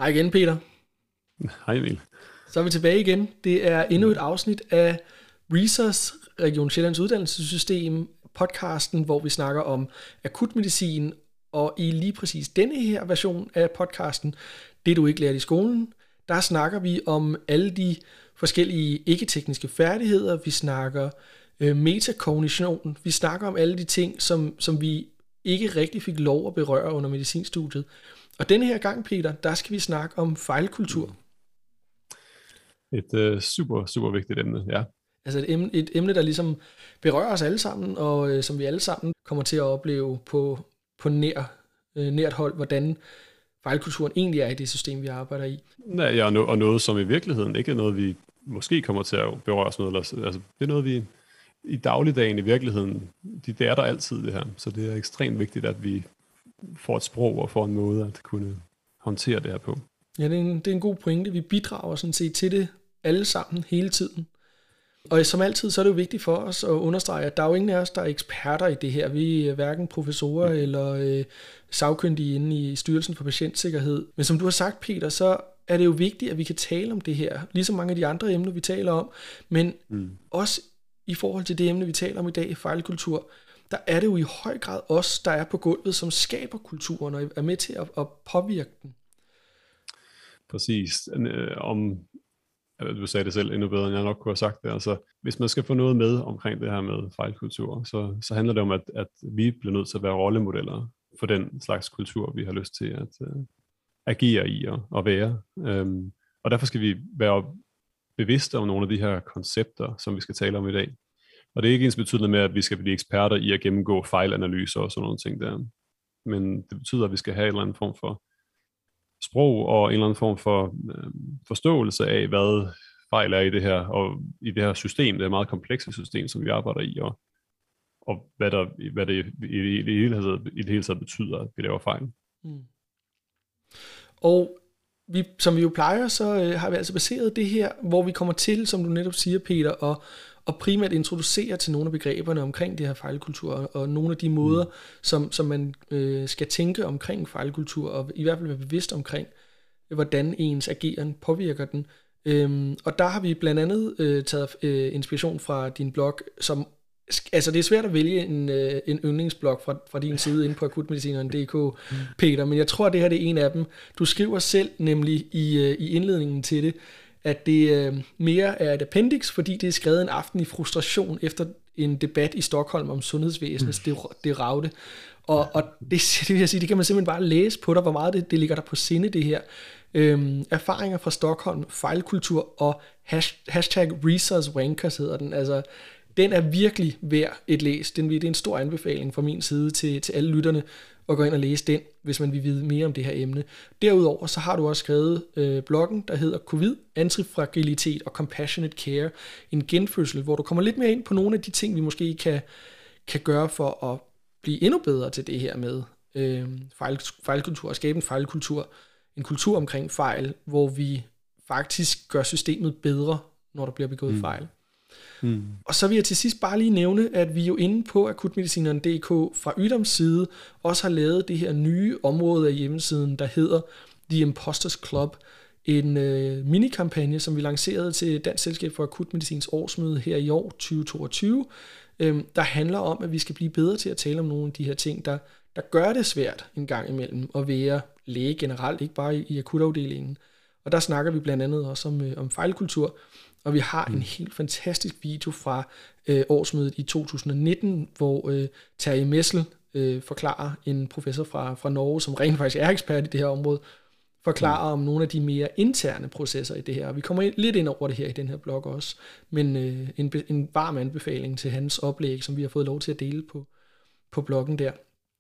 Hej igen, Peter. Hej Emil. Så er vi tilbage igen. Det er endnu et afsnit af RESOS, Region Sjællands Uddannelsessystem, podcasten, hvor vi snakker om akutmedicin, og i lige præcis denne her version af podcasten, det du ikke lærte i skolen, der snakker vi om alle de forskellige ikke-tekniske færdigheder, vi snakker metakognition, vi snakker om alle de ting, som vi ikke rigtig fik lov at berøre under medicinstudiet. Og denne her gang, Peter, der skal vi snakke om fejlkultur. Et super vigtigt emne, ja. Altså et emne, der ligesom berører os alle sammen, og som vi alle sammen kommer til at opleve på nært hold, hvordan fejlkulturen egentlig er i det system, vi arbejder i. Ja, og noget, som i virkeligheden ikke er noget, vi måske kommer til at berøre os med. Altså, det er noget, vi i dagligdagen i virkeligheden, det er der altid det her. Så det er ekstremt vigtigt, at vi får et sprog og får en måde at kunne håndtere det her på. Ja, det er en god pointe. Vi bidrager sådan set til det alle sammen hele tiden. Og som altid, så er det jo vigtigt for os at understrege, at der er jo ingen af os, der er eksperter i det her. Vi er hverken professorer eller sagkyndige inde i Styrelsen for Patientsikkerhed. Men som du har sagt, Peter, så er det jo vigtigt, at vi kan tale om det her, ligesom mange af de andre emner, vi taler om. Men også i forhold til det emne, vi taler om i dag, fejlkultur, der er det jo i høj grad os, der er på gulvet, som skaber kulturen og er med til at påvirke den. Præcis. Du sagde det selv endnu bedre, end jeg nok kunne have sagt det. Altså, hvis man skal få noget med omkring det her med fejlkultur, så handler det om, at vi bliver nødt til at være rollemodeller for den slags kultur, vi har lyst til at agere i og være. Og derfor skal vi være bevidste om nogle af de her koncepter, som vi skal tale om i dag. Og det er ikke ens betydende med, at vi skal blive eksperter i at gennemgå fejlanalyser og sådan nogle ting der. Men det betyder, at vi skal have en eller anden form for sprog og en eller anden form for forståelse af, hvad fejl er i det her, og i det her system, det er et meget komplekse system, som vi arbejder i, og hvad det i det hele taget betyder, at vi laver fejl. Og som vi jo plejer, så har vi altså baseret det her, hvor vi kommer til, som du netop siger, Peter, og primært introducere til nogle af begreberne omkring det her fejlkultur, og nogle af de måder, som man skal tænke omkring fejlkultur, og i hvert fald være bevidst omkring, hvordan ens ageren påvirker den. Og der har vi blandt andet taget inspiration fra din blog, som altså det er svært at vælge en yndlingsblog fra din side inde på akutmedicineren.dk, Peter, men jeg tror, det her det er en af dem. Du skriver selv nemlig i indledningen til det, at det mere er et appendix, fordi det er skrevet en aften i frustration efter en debat i Stockholm om sundhedsvæsenets det ravte. Og det vil jeg sige, det kan man simpelthen bare læse på dig, hvor meget det ligger der på sinde, det her. Erfaringer fra Stockholm, fejlkultur og hashtag #ResourceWankers hedder den. Altså, den er virkelig værd et læs. Det er en stor anbefaling fra min side til alle lytterne at gå ind og læse den, hvis man vil vide mere om det her emne. Derudover så har du også skrevet bloggen, der hedder COVID, antifragilitet og compassionate care, en genfødsel, hvor du kommer lidt mere ind på nogle af de ting, vi måske kan gøre for at blive endnu bedre til det her med fejlkultur, og skabe en fejlkultur, en kultur omkring fejl, hvor vi faktisk gør systemet bedre, når der bliver begået fejl. Og så vil jeg til sidst bare lige nævne, at vi jo inde på akutmedicineren.dk fra Ydoms side også har lavet det her nye område af hjemmesiden, der hedder The Imposters Club, en minikampagne, som vi lancerede til Dansk Selskab for Akutmedicins årsmøde her i år 2022, der handler om, at vi skal blive bedre til at tale om nogle af de her ting, der gør det svært en gang imellem at være læge generelt, ikke bare i akutafdelingen. Og der snakker vi blandt andet også om fejlkultur, og vi har en helt fantastisk video fra årsmødet i 2019, hvor Terje Messel forklarer, en professor fra Norge, som rent faktisk er ekspert i det her område, forklarer om nogle af de mere interne processer i det her. Og vi kommer lidt ind over det her i den her blog også, men en varm anbefaling til hans oplæg, som vi har fået lov til at dele på bloggen der.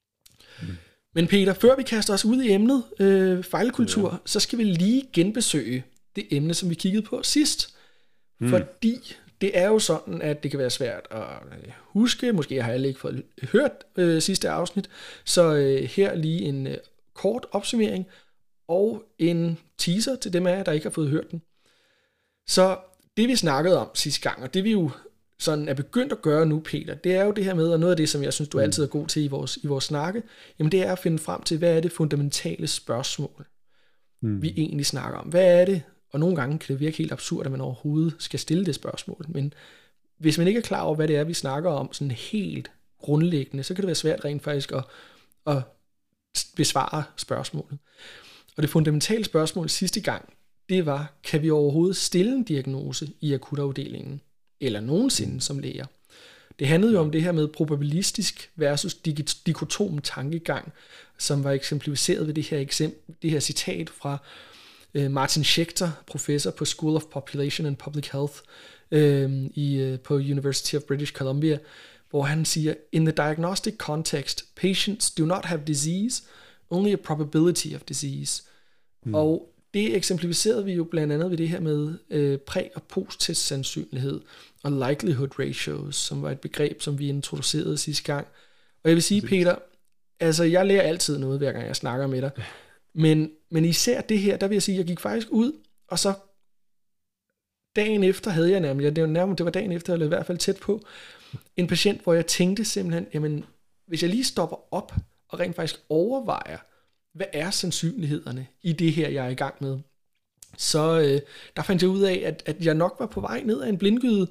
Men Peter, før vi kaster os ud i emnet fejlkultur, så skal vi lige genbesøge det emne, som vi kiggede på sidst. Fordi det er jo sådan, at det kan være svært at huske. Måske har jeg ikke fået hørt sidste afsnit. Så her lige en kort opsummering og en teaser til dem af jer, der ikke har fået hørt den. Så det vi snakkede om sidste gang, og det vi jo sådan er begyndt at gøre nu, Peter, det er jo det her med, og noget af det, som jeg synes, du altid er god til i vores snakke, jamen det er at finde frem til, hvad er det fundamentale spørgsmål. vi egentlig snakker om. Hvad er det? Og nogle gange kan det virke helt absurd, at man overhovedet skal stille det spørgsmål. Men hvis man ikke er klar over, hvad det er, vi snakker om, sådan helt grundlæggende, så kan det være svært rent faktisk at besvare spørgsmålet. Og det fundamentale spørgsmål sidste gang, det var, kan vi overhovedet stille en diagnose i akutafdelingen, eller nogensinde som læger? Det handlede jo om det her med probabilistisk versus dikotom tankegang, som var eksemplificeret ved det her citat fra Martin Schechter, professor på School of Population and Public Health på University of British Columbia, hvor han siger, in the diagnostic context, patients do not have disease, only a probability of disease. Og det eksemplificerede vi jo blandt andet ved det her med præ- og post-test sandsynlighed og likelihood ratios, som var et begreb, som vi introducerede sidste gang. Og jeg vil sige, Peter, altså jeg lærer altid noget, hver gang jeg snakker med dig. Men især det her, der vil jeg sige, jeg gik faktisk ud, og så dagen efter havde jeg nærmest, det var dagen efter, eller i hvert fald tæt på, en patient, hvor jeg tænkte simpelthen, jamen, hvis jeg lige stopper op og rent faktisk overvejer, hvad er sandsynlighederne i det her, jeg er i gang med, så der fandt jeg ud af, at jeg nok var på vej ned ad en blindgyde,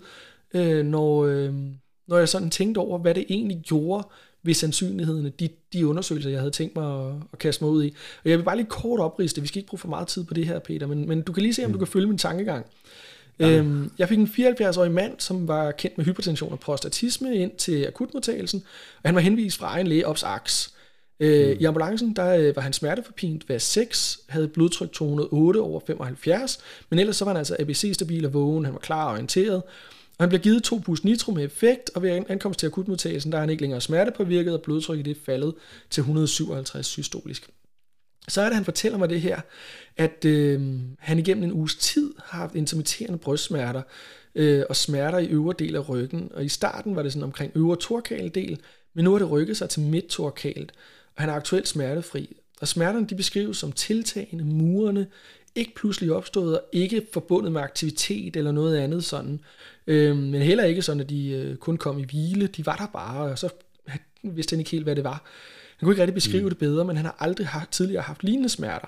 når jeg sådan tænkte over, hvad det egentlig gjorde ved sandsynlighederne, de undersøgelser, jeg havde tænkt mig at kaste mig ud i. Og jeg vil bare lige kort opriste, vi skal ikke bruge for meget tid på det her, Peter, men du kan lige se, om du kan følge min tankegang. Jeg fik en 74-årig mand, som var kendt med hypertension og prostatisme, ind til akutmodtagelsen, og han var henvist fra egen læge ops aks. I ambulancen, der var han smerteforpint ved 6, havde blodtryk 208 over 75, men ellers så var han altså ABC-stabil og vågen, han var klar og orienteret, og han blev givet 2 pus nitro med effekt, og ved ankomst til akutmodtagelsen, der er han ikke længere smertepåvirket, og blodtrykket det faldet til 157 systolisk. Så er det, han fortæller mig det her, at han igennem en uges tid har haft intermitterende brystsmerter og smerter i øvre del af ryggen, og i starten var det sådan omkring øvre torkaldel, men nu har det rykket sig til midttorkalt, og han er aktuelt smertefri. Og smerterne de beskrives som tiltagende, murende, ikke pludselig opstået, og ikke forbundet med aktivitet eller noget andet sådan. Men heller ikke sådan, at de kun kom i hvile. De var der bare, og så vidste han ikke helt, hvad det var. Han kunne ikke rigtig beskrive det bedre, men han har aldrig tidligere haft lignende smerter.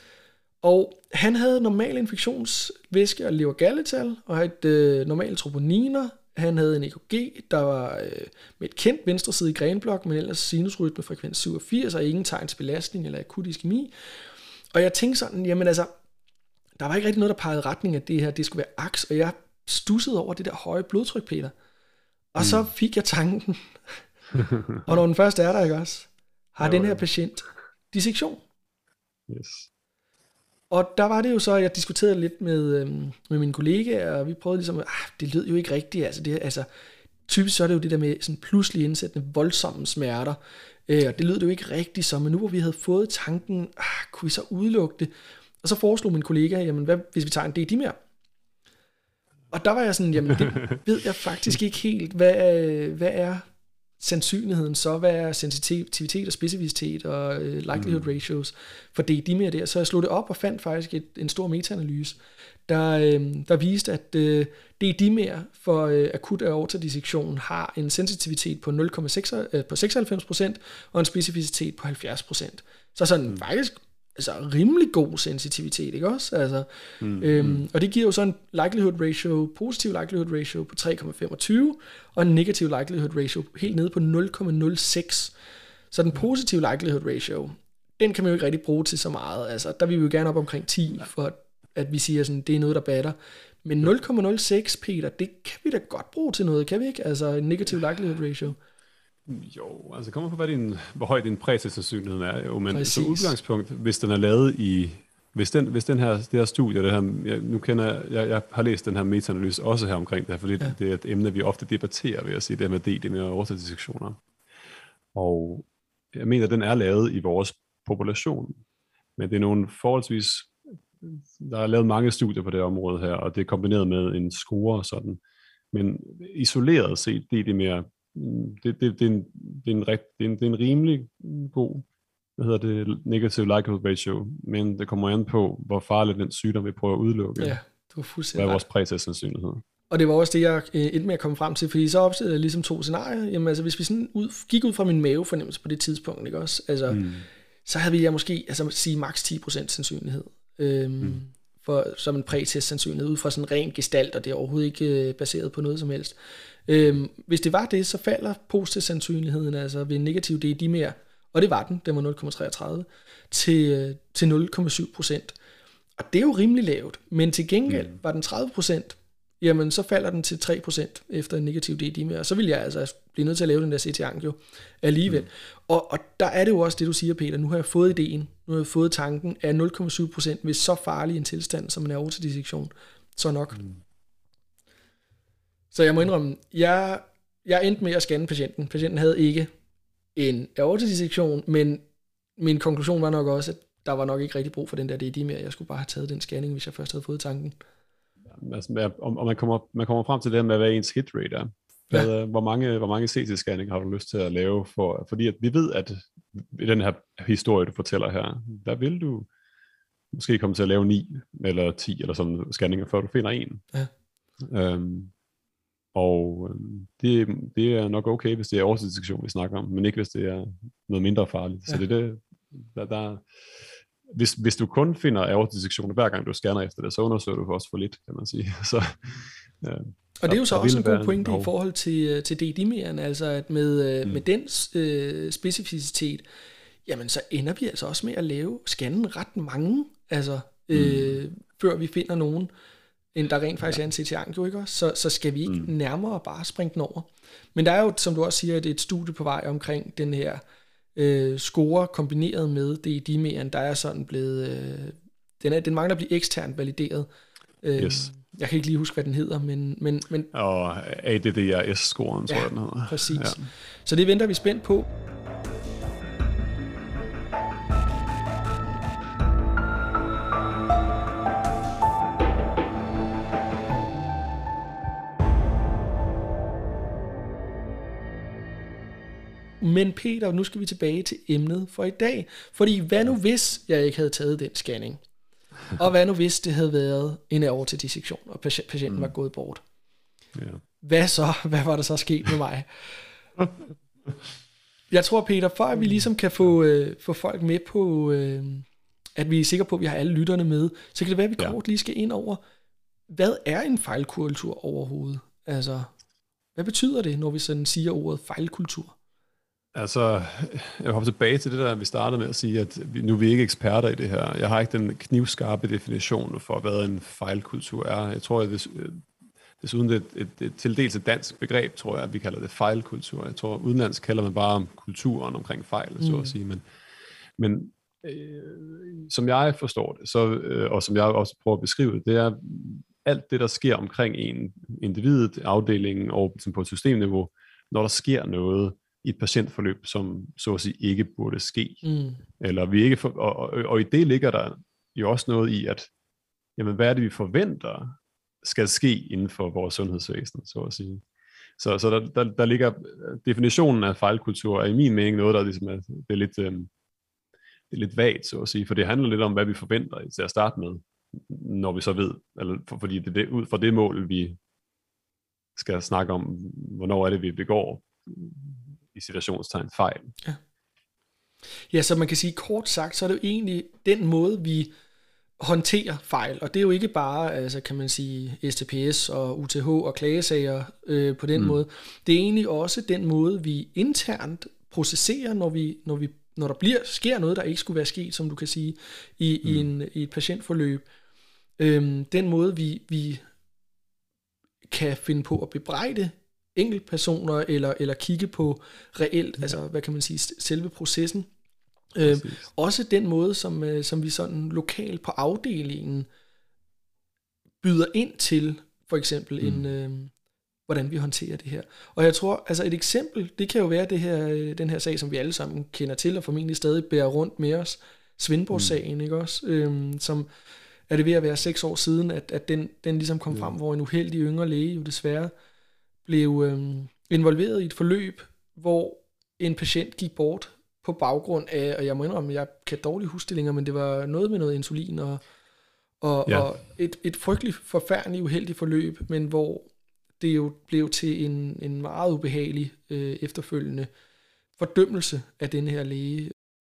Og han havde normal infektionsvæske og levergalletal, og et normalt troponiner. Han havde en EKG, der var med et kendt venstre side i grenblok, men ellers sinusrytme frekvens 87, og ingen tegn til belastning eller akut iskemi. Og jeg tænkte sådan, jamen altså, der var ikke rigtig noget, der pegede retning af det her, det skulle være aks, og jeg stussede over det der høje blodtryk, Peter. Og så fik jeg tanken, og når den første er der, ikke også, har den her patient dissektion. Yes. Og der var det jo så, at jeg diskuterede lidt med mine kollegaer, og vi prøvede ligesom, det lød jo ikke rigtigt, altså typisk så er det jo det der med sådan pludselig indsættende voldsomme smerter, og det lød jo ikke rigtigt så, men nu hvor vi havde fået tanken, kunne vi så udelukke det, og så foreslog min kollega, jamen hvad hvis vi tager en D-dimer? Og der var jeg sådan, jamen det ved jeg faktisk ikke helt, hvad er sandsynligheden så, hvad er sensitivitet og specificitet og likelihood ratios for D-dimer der, så jeg slog det op og fandt faktisk en stor metaanalyse, der viste, at D-dimer for akut aortadissektion har en sensitivitet på 96% og en specificitet på 70%. Så sådan faktisk altså rimelig god sensitivitet, ikke også? Altså, og det giver jo så en likelihood ratio, positiv likelihood ratio på 3,25 og en negativ likelihood ratio helt nede på 0,06. Så den positive likelihood ratio, den kan man jo ikke rigtig bruge til så meget. Altså, der vil vi jo gerne op omkring 10, for at vi siger sådan, det er noget, der batter. Men 0,06, Peter, det kan vi da godt bruge til noget, kan vi ikke? Altså en negativ likelihood ratio. Jo, altså kommer på, hvor høj din præcedenssandsynlighed er. Jo, men som udgangspunkt, hvis den er lavet i, hvis det her studie, jeg har læst den her metaanalyse også her omkring det her, fordi det er et emne, vi ofte debatterer, vil jeg sige, det med det med aortadissektioner. Og jeg mener, den er lavet i vores population, men det er nogle forholdsvis, der er lavet mange studier på det område her, og det er kombineret med en score og sådan. Men isoleret set, det er mere det er en rimelig god, negative likelihood ratio, men det kommer an på, hvor farligt den sygdom vi prøver at udelukke. Ja, du var fuldstændig. Hvad er vores præcedenssandsynlighed? Og det var også det, jeg endte med at komme frem til, fordi så opstillede jeg ligesom 2 scenarier. Jamen altså, hvis vi sådan gik ud fra min mavefornemmelse på det tidspunkt, ikke også? Altså, så havde vi måske sige maks 10% sandsynlighed. som en prætest-sandsynlighed, ud fra sådan ren gestalt, og det er overhovedet ikke baseret på noget som helst. Hvis det var det, så falder positiv-sandsynligheden altså ved en negativ D-dimer, og det var den var 0,33, til 0,7%. Og det er jo rimelig lavt, men til gengæld var den 30%, jamen så falder den til 3% efter en negativ D-dimer, og så vil jeg altså blive nødt til at lave den der CT-ank jo alligevel. Og der er det jo også det, du siger, Peter, nu har jeg fået ideen, nu har jeg fået tanken, at 0,7% ved så farlig en tilstand som en aortadissektion, så nok. Så jeg må indrømme, jeg endte med at scanne patienten. Patienten havde ikke en aortadissektion, men min konklusion var nok også, at der var nok ikke rigtig brug for den der D-dimer. Jeg skulle bare have taget den scanning, hvis jeg først havde fået tanken. Altså, og man kommer frem til det med, hvad ens hit rate er. Hvor mange CT-scanninger har du lyst til at lave? Fordi at vi ved, at i den her historie, du fortæller her, der vil du måske komme til at lave 9 eller 10 eller sådan scanninger, før du finder en. Ja. Det er nok okay, hvis det er årsidsektion, vi snakker om, men ikke hvis det er noget mindre farligt. Ja. Så det er det, hvis du kun finder aortadissektioner hver gang du scanner efter det, så undersøger du også for lidt, kan man sige. Så, og det er jo så også en god pointe i forhold til D-dimeren, altså at med den specificitet, jamen så ender vi altså også med at scanne ret mange, altså før vi finder nogen, end der rent faktisk er en CT-ank, jo ikke også? Så skal vi ikke nærmere bare springe den over. Men der er jo, som du også siger, et studie på vej omkring den her score kombineret med D-dimeren, der er sådan blevet, den mangler at blive eksternt valideret. Yes. Jeg kan ikke lige huske, hvad den hedder, men og ADDRS-scoren, tror jeg, den hedder. Præcis. Ja. Så det venter vi spændt på. Men Peter, nu skal vi tilbage til emnet for i dag. Fordi hvad nu hvis jeg ikke havde taget den scanning? Og hvad nu hvis det havde været en aortadissektion, og patienten var gået bort? Ja. Hvad så? Hvad var der så sket med mig? Jeg tror, Peter, for at vi ligesom kan få folk med på, at vi er sikre på, at vi har alle lytterne med, så kan det være, at vi kort lige skal ind over, hvad er en fejlkultur overhovedet? Altså, hvad betyder det, når vi sådan siger ordet fejlkultur? Altså, jeg hopper tilbage til det der, vi startede med at sige, at nu er vi ikke eksperter i det her. Jeg har ikke den knivskarpe definition for, hvad en fejlkultur er. Jeg tror, at desuden det er et til dels et dansk begreb, tror jeg, at vi kalder det fejlkultur. Jeg tror, udenlandsk kalder man bare kulturen omkring fejl, så at sige. Men som jeg forstår det, og som jeg også prøver at beskrive det, det er alt det, der sker omkring en individ, afdelingen og på et systemniveau, når der sker noget i et patientforløb, som så at sige ikke burde ske. Eller vi ikke og i det ligger der jo også noget i, at jamen, hvad er det, vi forventer skal ske inden for vores sundhedsvæsen, så at sige. Så der ligger definitionen af fejlkultur, er i min mening noget, der ligesom det er lidt vagt, så at sige, for det handler lidt om, hvad vi forventer til at starte med, når vi så ved, eller fordi det er ud fra det mål, vi skal snakke om, hvornår er det, vi begår i situationstegn fejl. Ja, så man kan sige kort sagt, så er det jo egentlig den måde, vi håndterer fejl, og det er jo ikke bare, altså kan man sige, STPS og UTH og klagesager på den måde. Det er egentlig også den måde, vi internt processerer, når der sker noget, der ikke skulle være sket, som du kan sige, i et patientforløb. Den måde, vi kan finde på at bebrejde enkeltpersoner, eller kigge på reelt, altså hvad kan man sige, selve processen. Også den måde, som vi sådan lokalt på afdelingen byder ind til, for eksempel hvordan vi håndterer det her. Og jeg tror, altså et eksempel, det kan jo være den her sag, som vi alle sammen kender til, og formentlig stadig bærer rundt med os, Svendborg-sagen, ikke også? Som er det ved at være 6 år siden, at den ligesom kom frem, hvor en uheldig yngre læge jo desværre blev involveret i et forløb, hvor en patient gik bort på baggrund af, og jeg må indrømme, jeg kan dårligt huske stillinger, men det var noget med noget insulin, og et frygteligt, forfærdeligt, uheldigt forløb, men hvor det jo blev til en meget ubehagelig efterfølgende fordømmelse af denne her læge.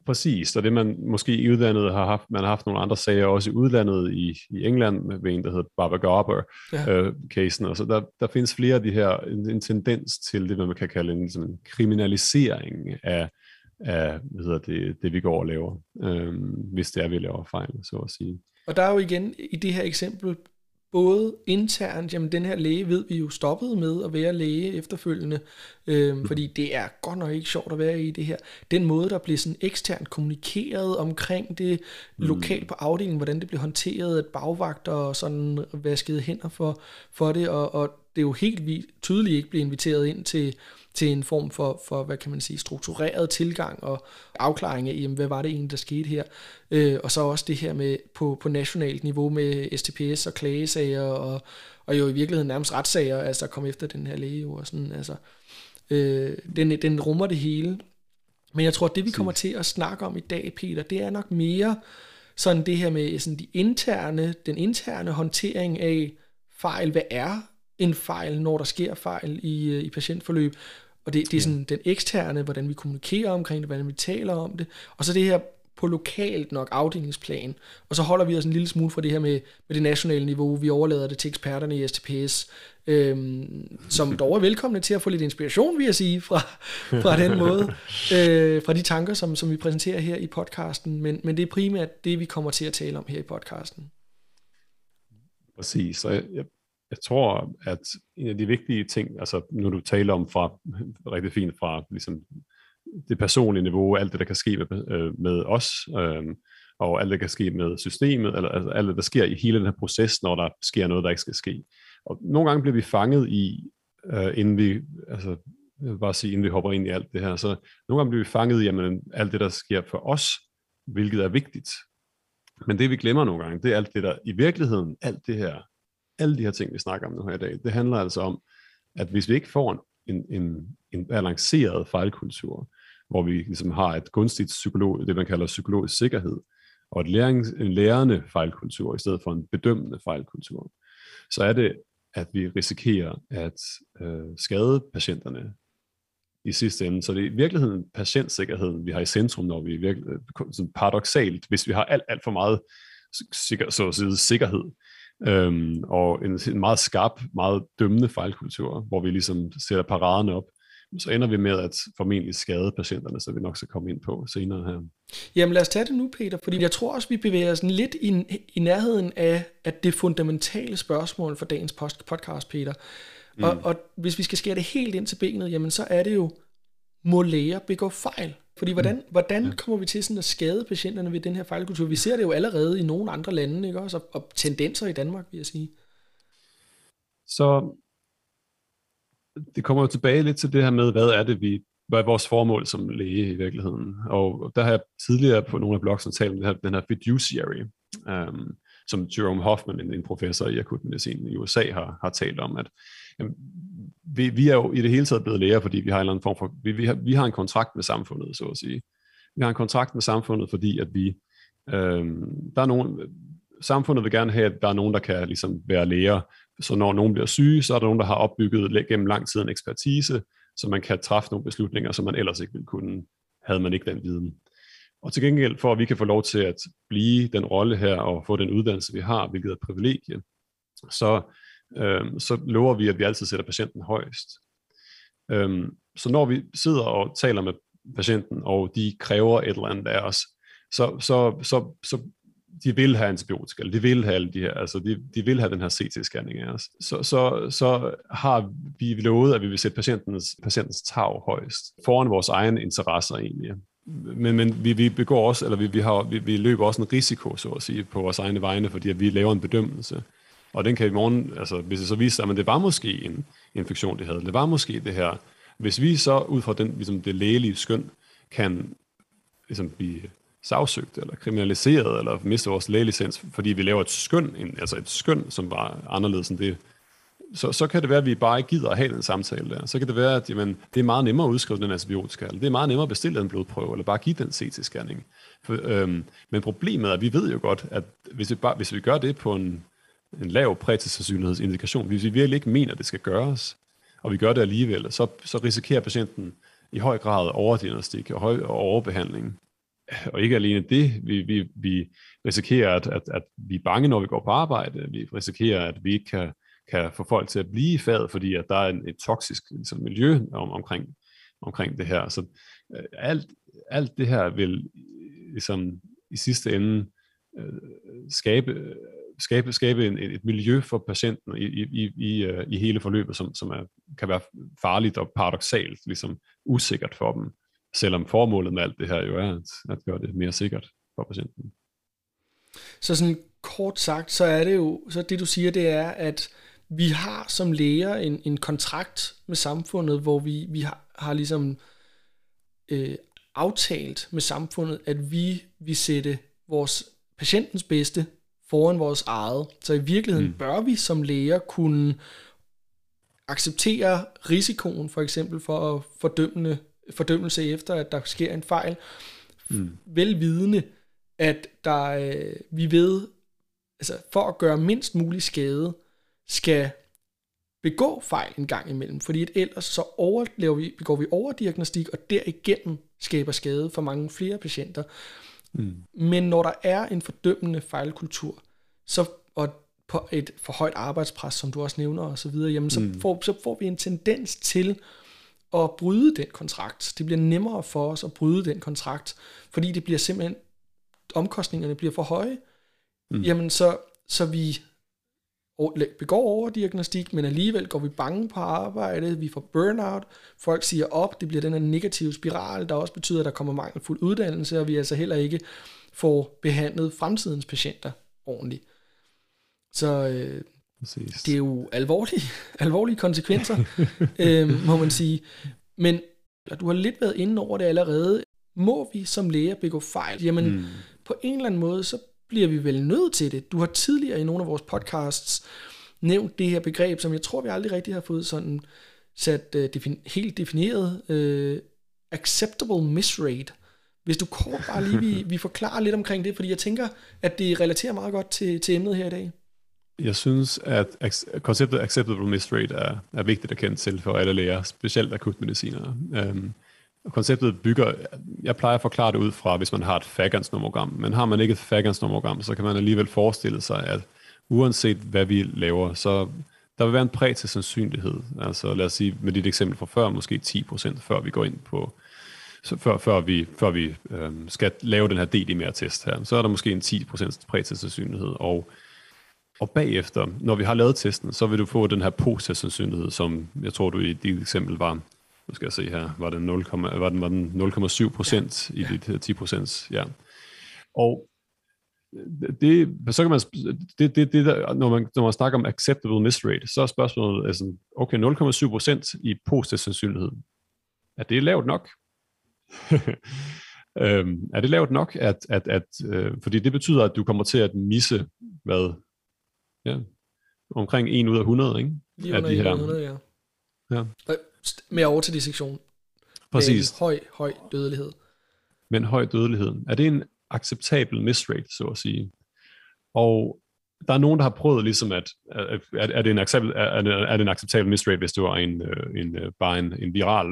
Præcis, og det man måske i udlandet har haft, man har haft nogle andre sager også i udlandet i England med en, der hedder Barbara Garber-casen, og så der findes flere af de her, en tendens til det, man kan kalde en kriminalisering af det vi går og laver, hvis det er, vi laver fejl, så at sige. Og der er jo igen i det her eksempel, både internt, jamen den her læge ved vi jo stoppede med at være læge efterfølgende, fordi det er godt nok ikke sjovt at være i det her. Den måde, der blev sådan eksternt kommunikeret omkring det lokalt på afdelingen, hvordan det blev håndteret, at bagvagter og sådan vaskede hænder for det, og det er jo helt tydeligt ikke blev inviteret ind til en form for, hvad kan man sige, struktureret tilgang og afklaring af, jamen, hvad var det egentlig, der skete her. Og så også det her med på nationalt niveau med STPS og klagesager, og jo i virkeligheden nærmest retssager, altså kom efter den her læge og sådan, altså. Den rummer det hele. Men jeg tror, at det vi kommer til at snakke om i dag, Peter, det er nok mere sådan det her med sådan den interne håndtering af fejl. Hvad er en fejl, når der sker fejl i patientforløb? Og det er sådan den eksterne, hvordan vi kommunikerer omkring det, hvordan vi taler om det. Og så det her på lokalt nok afdelingsplan. Og så holder vi os en lille smule fra det her med det nationale niveau. Vi overlader det til eksperterne i STPS, som dog er velkomne til at få lidt inspiration, vil jeg sige, fra den måde. Fra de tanker, som vi præsenterer her i podcasten. Men det er primært det, vi kommer til at tale om her i podcasten. Præcis. Så jeg tror, at en af de vigtige ting, altså nu du taler om rigtig fint fra ligesom det personlige niveau, alt det, der kan ske med os, og alt det, der kan ske med systemet, eller altså, alt det, der sker i hele den her proces, når der sker noget, der ikke skal ske. Og nogle gange bliver vi fanget i, inden vi hopper ind i alt det her, så nogle gange bliver vi fanget i, jamen, alt det, der sker for os, hvilket er vigtigt. Men det, vi glemmer nogle gange, det er alt det, der i virkeligheden, alle de her ting, vi snakker om nu her i dag, det handler altså om, at hvis vi ikke får en balanceret fejlkultur, hvor vi ligesom har et gunstigt det man kalder psykologisk sikkerhed, og en lærende fejlkultur, i stedet for en bedømmende fejlkultur, så er det, at vi risikerer at skade patienterne i sidste ende. Så det er i virkeligheden patientsikkerheden, vi har i centrum, når vi virkelig, sådan paradoksalt, hvis vi har alt for meget sikkerhed, og en meget skarp, meget dømmende fejlkultur, hvor vi ligesom sætter paraderne op, så ender vi med at formentlig skade patienterne, så vi nok skal komme ind på senere her. Jamen lad os tage det nu, Peter, fordi jeg tror også, vi bevæger os lidt i nærheden af at det fundamentale spørgsmål for dagens podcast, Peter. Og hvis vi skal skære det helt ind til benet, jamen så er det jo, må læger begå fejl? Fordi hvordan kommer vi til sådan at skade patienterne ved den her fejlkultur? Vi ser det jo allerede i nogle andre lande, ikke også? Og tendenser i Danmark, vil jeg sige. Så det kommer jo tilbage lidt til det her med, hvad er vores formål som læge i virkeligheden. Og der har jeg tidligere på nogle af blogsene talt om den her fiduciary, som Jerome Hoffman, en professor i akutmedicin i USA, har talt om, at jamen, vi er jo i det hele taget blevet læger, fordi vi har en eller anden form for, vi har en kontrakt med samfundet, så at sige. Vi har en kontrakt med samfundet, fordi at der er nogen, samfundet vil gerne have, at der er nogen, der kan ligesom være læger, så når nogen bliver syge, så er der nogen, der har opbygget gennem lang tid en ekspertise, så man kan træffe nogle beslutninger, som man ellers ikke ville kunne, havde man ikke den viden. Og til gengæld for, at vi kan få lov til at blive den rolle her, og få den uddannelse, vi har, hvilket er et privilegie, så lover vi, at vi altid sætter patienten højst. Så når vi sidder og taler med patienten, og de kræver et eller andet af os, så de vil have antibiotika, eller de vil have alle de her, altså de vil have den her CT-scanning af os. Så har vi lovet, at vi vil sætte patientens tarv højst, foran vores egne interesser egentlig. Men vi begår også, eller vi løber også en risiko, så at sige, på vores egne vegne, fordi at vi laver en bedømmelse. Og den kan i morgen, altså hvis det så viser sig, at det var måske en infektion, det havde, det var måske det her. Hvis vi så ud fra ligesom det lægelige skøn kan ligesom blive sagsøgt eller kriminaliseret eller miste vores lægelicens, fordi vi laver et skøn, som var anderledes end det, så kan det være, at vi bare ikke gider at have den samtale der. Så kan det være, at det er meget nemmere at udskrive den antibiotika, eller det er meget nemmere at bestille en blodprøve, eller bare give den CT-scanning. Men problemet er, at vi ved jo godt, at hvis vi gør det på en lav præcisationsindikation, hvis vi virkelig ikke mener, at det skal gøres, og vi gør det alligevel, så risikerer patienten i høj grad overdiagnostik og overbehandling. Og ikke alene det, vi risikerer, at vi er bange, når vi går på arbejde. Vi risikerer, at vi ikke kan få folk til at blive i faget, fordi at der er et toksisk ligesom, miljø omkring det her. Så alt det her vil ligesom, i sidste ende skabe et miljø for patienten i hele forløbet, som kan være farligt og paradoksalt, ligesom usikkert for dem. Selvom formålet med alt det her jo er at gøre det mere sikkert for patienten. Så sådan kort sagt, så er det jo, så det du siger, det er, at vi har som læger en kontrakt med samfundet, hvor vi har ligesom aftalt med samfundet, at vi vil sætte vores patientens bedste foran vores eget. Så i virkeligheden bør vi som læger kunne acceptere risikoen, for eksempel for fordømmelse efter, at der sker en fejl, velvidende, at vi ved, altså for at gøre mindst mulig skade, skal begå fejl en gang imellem, fordi ellers så begår vi overdiagnostik, og derigennem skaber skade for mange flere patienter. Men når der er en fordømmende fejlkultur, og på et for højt arbejdspres, som du også nævner, og så videre, jamen så får vi en tendens til at bryde den kontrakt. Det bliver nemmere for os at bryde den kontrakt, fordi det bliver simpelthen, omkostningerne bliver for høje. Jamen så vi begår overdiagnostik, men alligevel går vi bange på arbejdet, vi får burnout, folk siger op, det bliver den her negative spiral, der også betyder, at der kommer mangelfuld uddannelse, og vi altså heller ikke får behandlet fremtidens patienter ordentligt. Så det er jo alvorlige konsekvenser, må man sige. Men du har lidt været inde over det allerede. Må vi som læger begå fejl? Jamen, på en eller anden måde, så bliver vi vel nødt til det. Du har tidligere i nogle af vores podcasts nævnt det her begreb, som jeg tror, vi aldrig rigtig har fået sådan sat helt defineret. Acceptable miss rate. Hvis du kort bare lige vi forklarer lidt omkring det, fordi jeg tænker, at det relaterer meget godt til emnet her i dag. Jeg synes, at konceptet acceptable miss rate er vigtigt at kende til for alle læger, specielt akutmedicinere. Konceptet bygger, jeg plejer at forklare det ud fra, hvis man har et Fagans-nomogram, men har man ikke et Fagans-nomogram, så kan man alligevel forestille sig, at uanset hvad vi laver, så der vil være en præcis sandsynlighed. Altså lad os sige, med dit eksempel fra før, måske 10%, før vi går ind på, før vi skal lave den her DDMR-test her, så er der måske en 10% præcis sandsynlighed, og bagefter, når vi har lavet testen, så vil du få den her positiv-sandsynlighed, som jeg tror, du i dit eksempel var, nu skal jeg se her, var den 0,7% i dit 10%, ja. Og det, så kan man, når man snakker om acceptable miss rate, så er spørgsmålet, altså, okay, 0,7% i positiv sandsynlighed, er det lavt nok? Er det lavt nok, fordi det betyder, at du kommer til at misse, ja, omkring 1 ud af 100, ikke? Lige under 1 ud af 100, ja. Med over til dissektion. Præcis. Med høj dødelighed. Med en høj dødelighed. Er det en acceptabel miss rate, så at sige? Og der er nogen, der har prøvet ligesom, er det en acceptabel miss rate, hvis du har en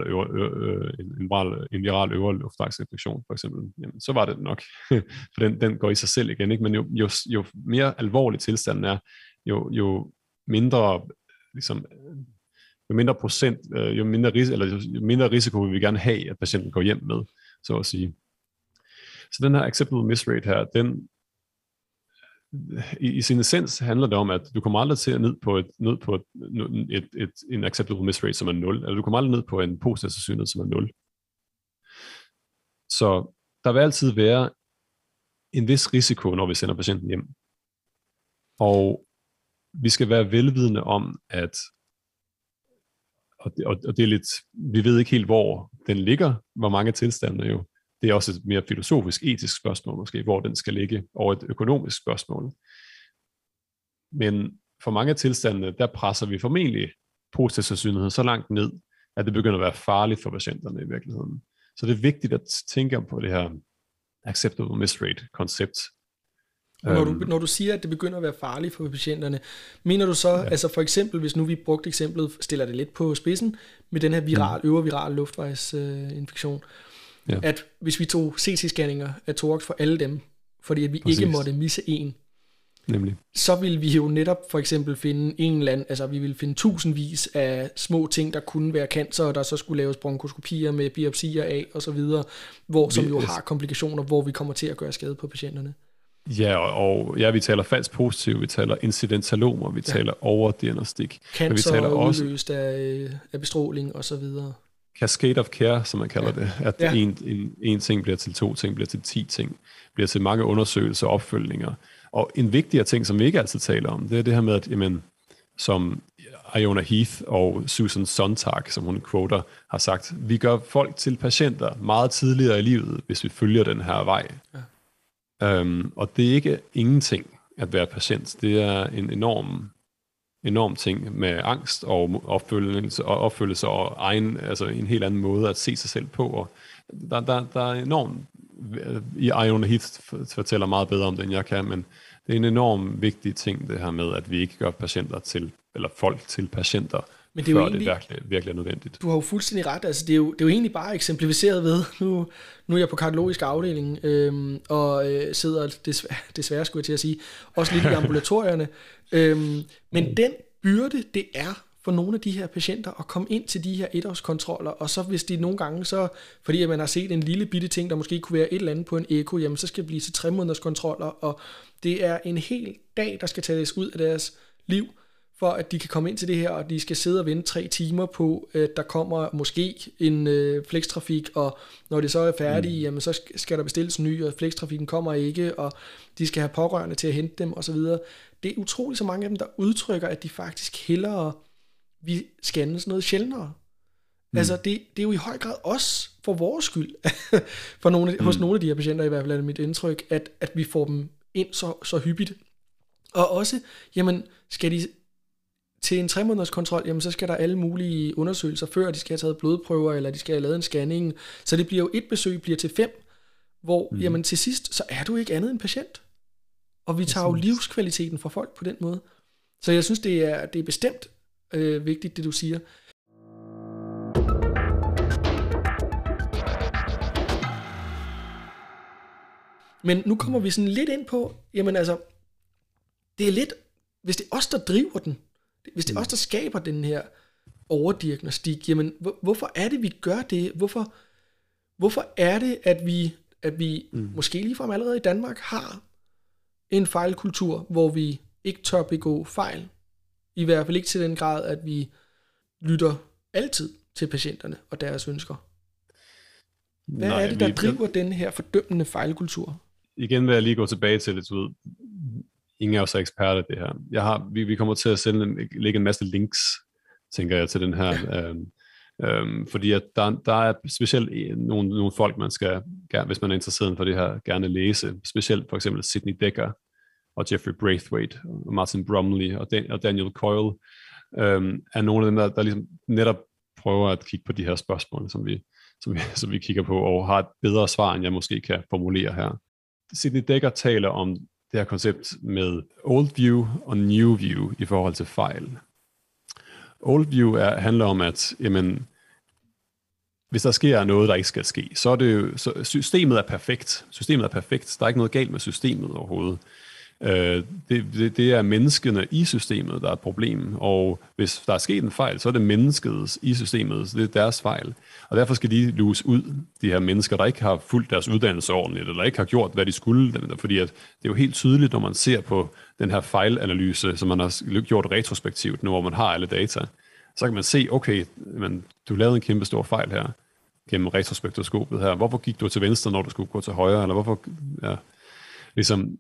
viral øvre luftvejsinfektion, for eksempel. Jamen, så var det nok. For den går i sig selv igen, ikke? Men jo mere alvorlig tilstanden er, jo mindre ligesom, jo mindre risiko vil vi gerne have, at patienten går hjem med, så at sige. Så den her acceptable miss rate her, den i sin essens handler det om, at du kommer aldrig til at ned på en acceptable miss rate, som er 0, eller du kommer aldrig ned på en positiv sandsynlighed, som er 0. Så der vil altid være en vis risiko, når vi sender patienten hjem. Og vi skal være velvidende om, at og det er lidt, vi ved ikke helt, hvor den ligger, hvor mange tilstande jo. Det er også et mere filosofisk, etisk spørgsmål måske, hvor den skal ligge, og et økonomisk spørgsmål. Men for mange af tilstandene, der presser vi formentlig positiv sandsynlighed så langt ned, at det begynder at være farligt for patienterne i virkeligheden. Så det er vigtigt at tænke på det her acceptable miss rate koncept. Når du siger, at det begynder at være farligt for patienterne, mener du så, altså for eksempel, hvis nu vi brugte eksemplet, stiller det lidt på spidsen, med den her øvre viral luftvejsinfektion, Ja. At hvis vi tog CT-scanninger af thorax for alle dem, fordi at vi Præcis. ikke måtte misse en, Nemlig. så vil vi jo netop for eksempel finde en eller anden, altså vi vil finde tusindvis af små ting, der kunne være cancer, og der så skulle laves bronkoskopier med biopsier af, og så videre, som jo har komplikationer, hvor vi kommer til at gøre skade på patienterne. Ja, og vi taler falsk positiv, vi taler incidentalomer, vi taler overdiagnostik. Cancer vi taler også udløst af bestråling, og så videre. Cascade of care, som man kalder det. At en ting bliver til 2 ting, bliver til 10 ting, bliver til mange undersøgelser og opfølgninger. Og en vigtigere ting, som vi ikke altid taler om, det er det her med, at jamen, som Iona Heath og Susan Sontag, som hun quoter, har sagt, vi gør folk til patienter meget tidligere i livet, hvis vi følger den her vej. Ja. Og det er ikke ingenting at være patient. Det er en enorm ting med angst og opfølgelse og egen, altså en helt anden måde at se sig selv på. Og der er enormt, Iona Heath fortæller meget bedre om det, end jeg kan, men det er en enorm vigtig ting, det her med, at vi ikke gør patienter til, eller folk til patienter, men det er før jo egentlig, det virkelig er nødvendigt. Du har jo fuldstændig ret. Altså, det er jo egentlig bare eksemplificeret ved, nu er jeg på kardiologisk afdeling, og sidder desværre skulle jeg til at sige, også lidt i ambulatorierne. Men den byrde, det er for nogle af de her patienter at komme ind til de her etårskontroller, og så hvis de nogle gange, så fordi at man har set en lille bitte ting, der måske kunne være et eller andet på en eko, jamen så skal det blive til 3 måneders kontroller, og det er en hel dag, der skal tages ud af deres liv, for at de kan komme ind til det her, og de skal sidde og vente 3 timer på, at der kommer måske en flextrafik, og når det så er færdigt, jamen så skal der bestilles en ny, og flextrafikken kommer ikke, og de skal have pårørende til at hente dem, osv. Det er utroligt så mange af dem, der udtrykker, at de faktisk hellere vi scannes noget sjældnere. Altså det er jo i høj grad også for vores skyld, for hos nogle af de her patienter i hvert fald er det mit indtryk, at vi får dem ind så hyppigt. Og også, jamen skal de til en 3 måneders kontrol, jamen så skal der alle mulige undersøgelser, før de skal have taget blodprøver, eller de skal have lavet en scanning. Så det bliver jo et besøg, bliver til 5, hvor jamen til sidst, så er du ikke andet end patient. Og vi tager jo livskvaliteten fra folk på den måde. Så jeg synes, det er bestemt vigtigt, det du siger. Men nu kommer vi sådan lidt ind på, jamen altså, det er lidt, hvis det er os, der driver den, hvis det er os, der skaber den her overdiagnostik, jamen hvorfor er det, vi gør det? Hvorfor er det, at vi måske ligefrem allerede i Danmark har en fejlkultur, hvor vi ikke tør begå fejl? I hvert fald ikke til den grad, at vi lytter altid til patienterne og deres ønsker. Hvad er det, der driver den her fordømmende fejlkultur? Igen vil jeg lige gå tilbage til lidt ud. Ingen er jo så eksperter det her. Vi kommer til at lægge en masse links, tænker jeg, til den her. Ja. Fordi at der er specielt nogle folk, man skal, hvis man er interesseret for det her, gerne læse. Specielt for eksempel Sidney Dekker og Jeffrey Braithwaite og Martin Bromley og Daniel Coyle er nogle af dem, der ligesom netop prøver at kigge på de her spørgsmål, som vi kigger på, og har et bedre svar, end jeg måske kan formulere her. Sidney Dekker taler om det her koncept med old view og new view i forhold til fejl. Old view handler om, at jamen, hvis der sker noget, der ikke skal ske, så er det jo, systemet er perfekt. Systemet er perfekt. Der er ikke noget galt med systemet overhovedet. Det er menneskene i systemet, der er et problem, og hvis der er sket en fejl, så er det mennesket i systemet, så det er deres fejl. Og derfor skal de luse ud, de her mennesker, der ikke har fulgt deres uddannelse ordentligt, eller ikke har gjort, hvad de skulle, fordi at det er jo helt tydeligt, når man ser på den her fejlanalyse, som man har gjort retrospektivt, nu hvor man har alle data, så kan man se, okay, men du lavede en kæmpe stor fejl her, gennem retrospektoskopet her. Hvorfor gik du til venstre, når du skulle gå til højre, eller hvorfor, ja, ligesom,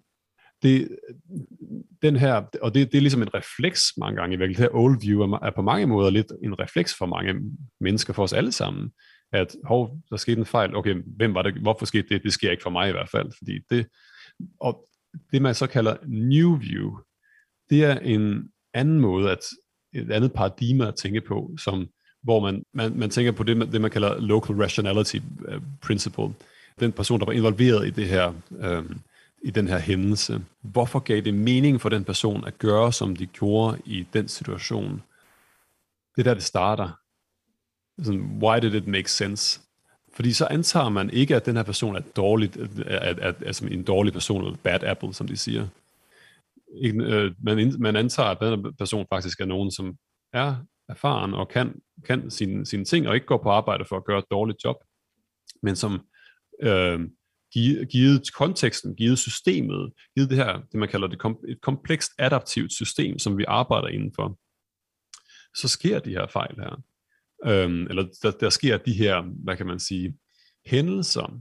den her, og det er ligesom en refleks mange gange i virkeligheden. Det her old view er på mange måder lidt en refleks for mange mennesker, for os alle sammen, at der skete en fejl, okay, hvem var det, hvorfor skete det? Det sker ikke for mig i hvert fald, fordi det man så kalder new view, det er en anden måde, et andet paradigme at tænke på, hvor man tænker på det man kalder local rationality principle. Den person, der var involveret i det her i den her hændelse. Hvorfor gav det mening for den person at gøre, som de gjorde i den situation? Det er der, det starter. Why did it make sense Fordi så antager man ikke, at den her person er dårligt, altså en dårlig person, eller bad apple, som de siger. Man antager, at den her person faktisk er nogen, som er erfaren og kan sine ting, og ikke går på arbejde for at gøre et dårligt job, men som givet konteksten, givet systemet, givet det her, det man kalder et komplekst adaptivt system, som vi arbejder indenfor, så sker de her fejl her. Eller der sker de her, hvad kan man sige, hændelser,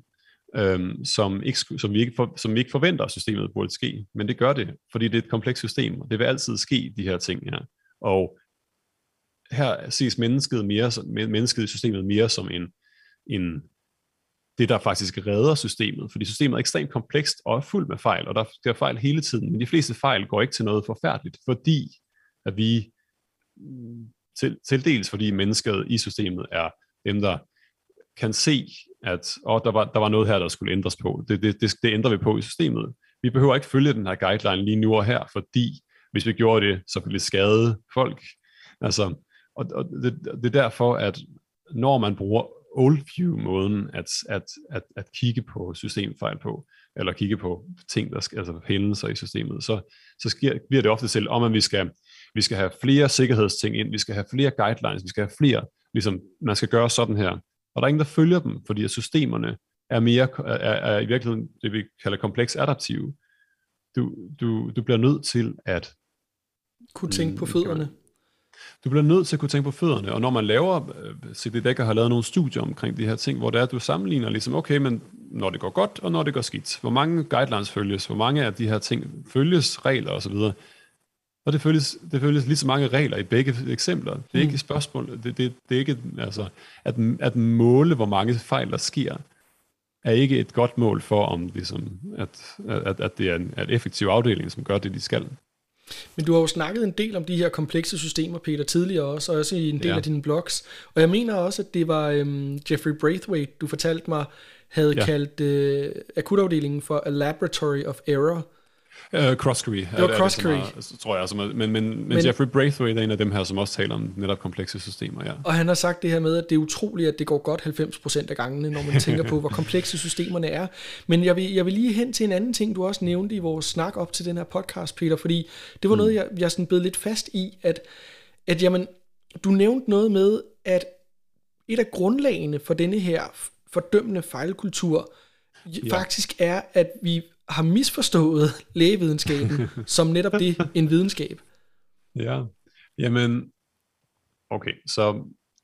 som vi ikke forventer, at systemet burde ske, men det gør det, fordi det er et komplekst system, og det vil altid ske, de her ting her. Og her ses mennesket i systemet mere som en det, der faktisk redder systemet, fordi systemet er ekstremt komplekst og er fuldt med fejl, og der sker fejl hele tiden, men de fleste fejl går ikke til noget forfærdeligt, fordi at vi til dels fordi mennesket i systemet er dem, der kan se, at der var noget her, der skulle ændres på. Det ændrer vi på i systemet. Vi behøver ikke følge den her guideline lige nu og her, fordi hvis vi gjorde det, så ville det skade folk. Altså, og det er derfor, at når man bruger old-view-måden at kigge på systemfejl på, eller kigge på ting, altså hændelser i systemet, så bliver det ofte til, at vi skal have flere sikkerhedsting ind, vi skal have flere guidelines, vi skal have flere, ligesom man skal gøre sådan her. Og der er ingen, der følger dem, fordi at systemerne er i virkeligheden det, vi kalder kompleks adaptive. Du bliver nødt til at kunne tænke på fødderne. Du bliver nødt til at kunne tænke på fødderne, og når man laver, C.D. Dekker har lavet nogle studier omkring de her ting, hvor det er, at du sammenligner ligesom, okay, men når det går godt, og når det går skidt, hvor mange guidelines følges, hvor mange af de her ting følges, regler osv., og det følges lige så mange regler i begge eksempler. Det er ikke et spørgsmål, det er ikke, altså, at måle, hvor mange fejl der sker, er ikke et godt mål for, om ligesom, at det er en effektiv afdeling, som gør det, de skal. Men du har jo snakket en del om de her komplekse systemer, Peter, tidligere også i en del af dine blogs. Og jeg mener også, at det var Jeffrey Braithwaite, du fortalte mig, havde kaldt akutafdelingen for a laboratory of error. Cross-Curry. Det var Cross-Curry. Tror jeg. Men Jeffrey Braithwaite er en af dem her, som også taler om netop komplekse systemer. Ja. Og han har sagt det her med, at det er utroligt, at det går godt 90% af gangene, når man tænker på, hvor komplekse systemerne er. Men jeg vil lige hen til en anden ting, du også nævnte i vores snak op til den her podcast, Peter, fordi det var noget, jeg sådan bed lidt fast i, at jamen, du nævnte noget med, at et af grundlagene for denne her fordømmende fejlkultur faktisk er, at vi har misforstået lægevidenskaben som netop det, en videnskab. Ja, jamen, okay, så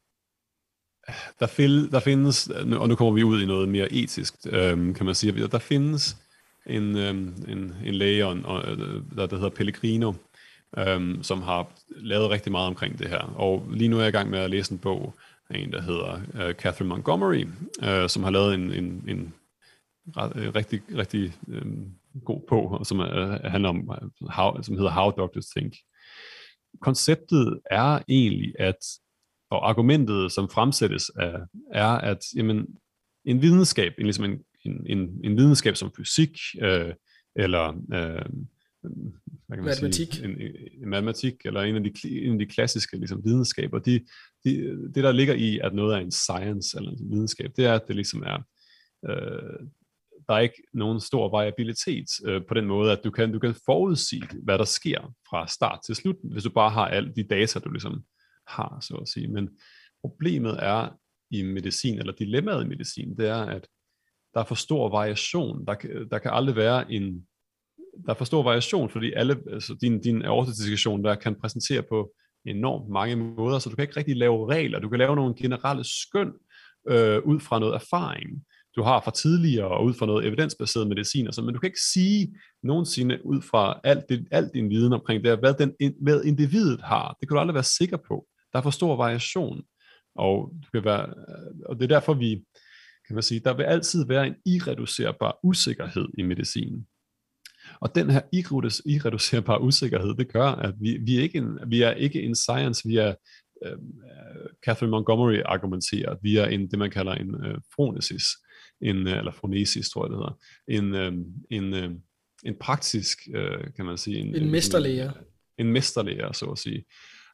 der findes, og nu kommer vi ud i noget mere etisk, kan man sige, der findes en læge, der hedder Pellegrino, som har lavet rigtig meget omkring det her, og lige nu er jeg i gang med at læse en bog af en, der hedder Catherine Montgomery, som har lavet en rigtig, rigtig god bog, som handler om, som hedder How Doctors Think. Konceptet er egentlig, og argumentet, som fremsættes, er, at jamen, en videnskab, ligesom en videnskab som fysik, eller hvad kan man matematik. Sige, en matematik, eller en af de klassiske ligesom, videnskaber, det der ligger i, at noget er en science, eller en videnskab, det er, at det ligesom er der er ikke nogen stor variabilitet på den måde, at du kan forudsige, hvad der sker fra start til slut, hvis du bare har alle de data, du ligesom har, så at sige. Men problemet er i medicin, eller dilemmaet i medicin, det er, at der er for stor variation. Der kan aldrig være der er for stor variation, fordi altså din aortodissektion der kan præsentere på enormt mange måder, så du kan ikke rigtig lave regler. Du kan lave nogle generelle skøn ud fra noget erfaring, du har fra tidligere, og ud fra noget evidensbaseret medicin, og så, men du kan ikke sige nogensinde ud fra alt din viden omkring det, hvad individet har. Det kan du aldrig være sikker på. Der er for stor variation, og det er derfor kan man sige, der vil altid være en irreducerbar usikkerhed i medicinen. Og den her irreducerbare usikkerhed, det gør, at vi er ikke en science, vi er Catherine Montgomery argumenterer, vi er det man kalder en phronesis, eller phronesis, tror jeg det hedder, en praktisk, kan man sige, en mesterlære. En mesterlære, så at sige.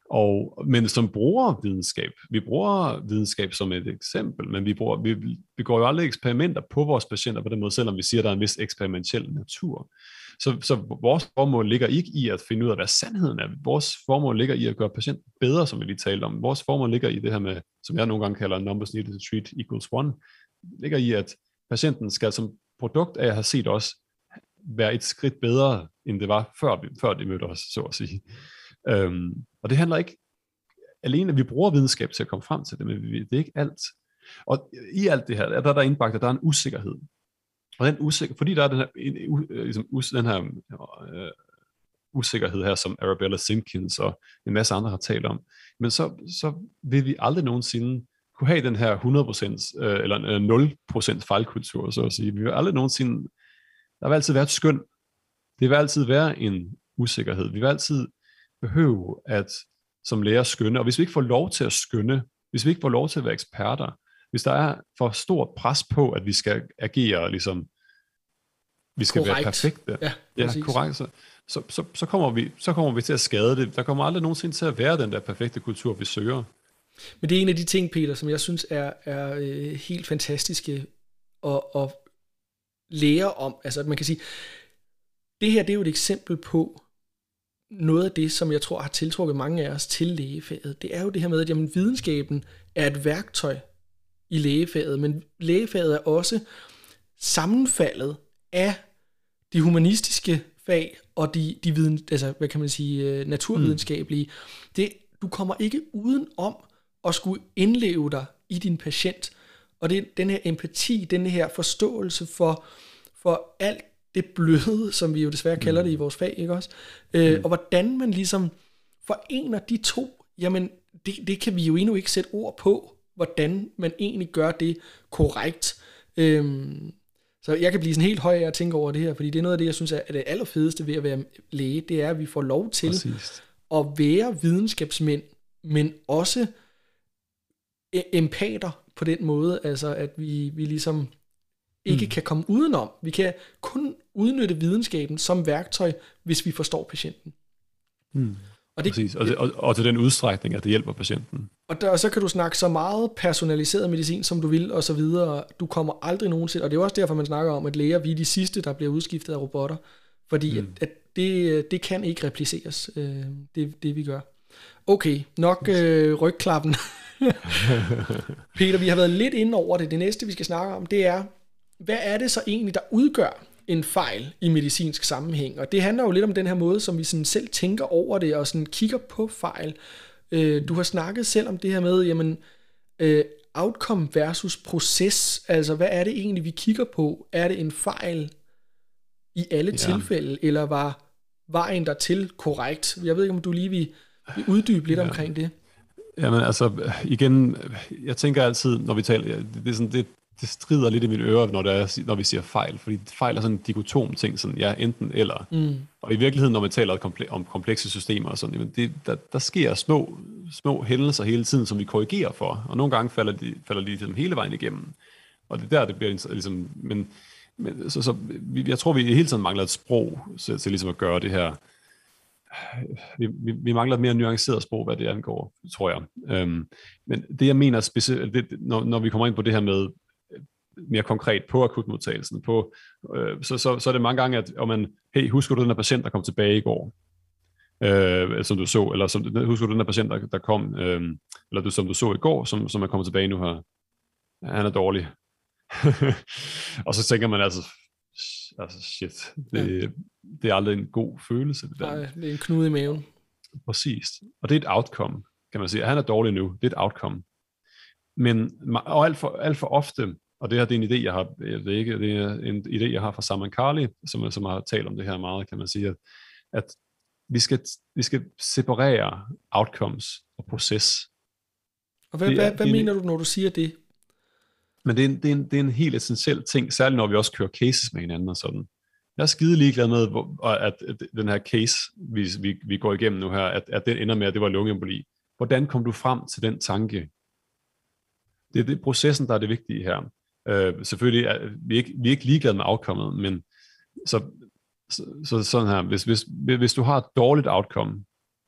Men som bruger videnskab, vi bruger videnskab som et eksempel, men vi går jo aldrig eksperimenter på vores patienter på den måde, selvom vi siger, at der er en vis eksperimentel natur. Så vores formål ligger ikke i at finde ud af, hvad sandheden er. Vores formål ligger i at gøre patienten bedre, som vi lige talte om. Vores formål ligger i det her med, som jeg nogle gange kalder numbers needed to treat equals one, ligger i, at patienten skal som produkt af at have set os være et skridt bedre, end det var, før de mødte os, så at sige. Og det handler ikke alene, at vi bruger videnskab til at komme frem til det, men det er ikke alt. Og i alt det her, der er indbagt, at der er en usikkerhed. Og den fordi der er den her usikkerhed her, som Arabella Simpkins og en masse andre har talt om, men så vil vi aldrig nogensinde kunne have den her 100% eller 0% fejlkultur, så at sige. Vi vil aldrig nogensinde, der vil altid være et skøn. Det vil altid være en usikkerhed. Vi vil altid behøve at som lærer skønne, og hvis vi ikke får lov til at skønne, hvis vi ikke får lov til at være eksperter, hvis der er for stort pres på, at vi skal agere ligesom, vi skal korrekt. Være perfekte. Ja, korrekt. Så kommer vi til at skade det. Der kommer aldrig nogensinde til at være den der perfekte kultur, vi søger. Men det er en af de ting, Peter, som jeg synes er helt fantastiske at lære om. Altså, at man kan sige, det her, det er jo et eksempel på noget af det, som jeg tror har tiltrukket mange af os til lægefaget. Det er jo det her med, at jamen, videnskaben er et værktøj i lægefaget, men lægefaget er også sammenfaldet af de humanistiske fag og de altså, hvad kan man sige, naturvidenskabelige. Du kommer ikke uden om at skulle indleve dig i din patient, og det er den her empati, den her forståelse for alt det bløde, som vi jo desværre kalder det i vores fag, ikke også? Og hvordan man ligesom forener de to, jamen det kan vi jo endnu ikke sætte ord på, hvordan man egentlig gør det korrekt. Så jeg kan blive sådan helt høj af at tænke over det her, fordi det er noget af det, jeg synes er det allerfedeste ved at være læge, det er, at vi får lov til at være videnskabsmænd, men også empater på den måde, altså at vi ligesom ikke kan komme udenom. Vi kan kun udnytte videnskaben som værktøj, hvis vi forstår patienten. Og det, præcis, og til den udstrækning, at det hjælper patienten. Og så kan du snakke så meget personaliseret medicin, som du vil, og så videre. Du kommer aldrig nogensinde, og det er også derfor, man snakker om, at læger, vi er de sidste, der bliver udskiftet af robotter, fordi at det kan ikke repliceres, det vi gør. Okay, nok rygklappen. Peter, vi har været lidt inde over det. Det næste, vi skal snakke om, det er, hvad er det så egentlig, der udgør en fejl i medicinsk sammenhæng? Og det handler jo lidt om den her måde, som vi sådan selv tænker over det, og sådan kigger på fejl. Du har snakket selv om det her med, jamen, outcome versus proces. Altså, hvad er det egentlig, vi kigger på? Er det en fejl i alle tilfælde, eller var vejen dertil korrekt? Jeg ved ikke, om du lige vil uddybe lidt omkring det. Jamen, altså, igen, jeg tænker altid, når vi taler, det er sådan, det strider lidt i mine ører, når vi siger fejl, fordi fejl er sådan en dikotom ting, sådan ja, enten eller. Og i virkeligheden, når vi taler om komplekse systemer og sådan, jamen der sker små hændelser hele tiden, som vi korrigerer for, og nogle gange falder de ligesom hele vejen igennem. Og det er der, det bliver ligesom, men jeg tror, vi hele tiden mangler et sprog til ligesom at gøre det her. Vi mangler et mere nuanceret sprog, hvad det angår, tror jeg. Men det, jeg mener specielt, når vi kommer ind på det her med mere konkret på akutmodtagelsen, så er det mange gange, at hey, husker du den her patient, der kom tilbage i går? Som du så, eller husker du den her patient, der kom, eller som du så i går, som er kommet tilbage nu her? Han er dårlig. Og så tænker man altså shit, det er aldrig en god følelse. Det der. Nej, det er en knude i maven. Præcis. Og det er et outcome, kan man sige. Han er dårlig nu, det er et outcome. Men og alt for ofte, og det her det er en idé, jeg har, det er en idé, jeg har fra Salman Karli, som har talt om det her meget, kan man sige, at vi skal separere outcomes og proces. Og hvad mener du, når du siger det? Men det er en helt essentiel ting, særligt når vi også kører cases med hinanden og sådan. Jeg er skide ligeglad med, at den her case, vi går igennem nu her, at den ender med, at det var lungeemboli. Hvordan kom du frem til den tanke? Det er processen, der er det vigtige her. Selvfølgelig er vi er ikke ligeglade med outcomeet, men så sådan her, hvis du har et dårligt outcome,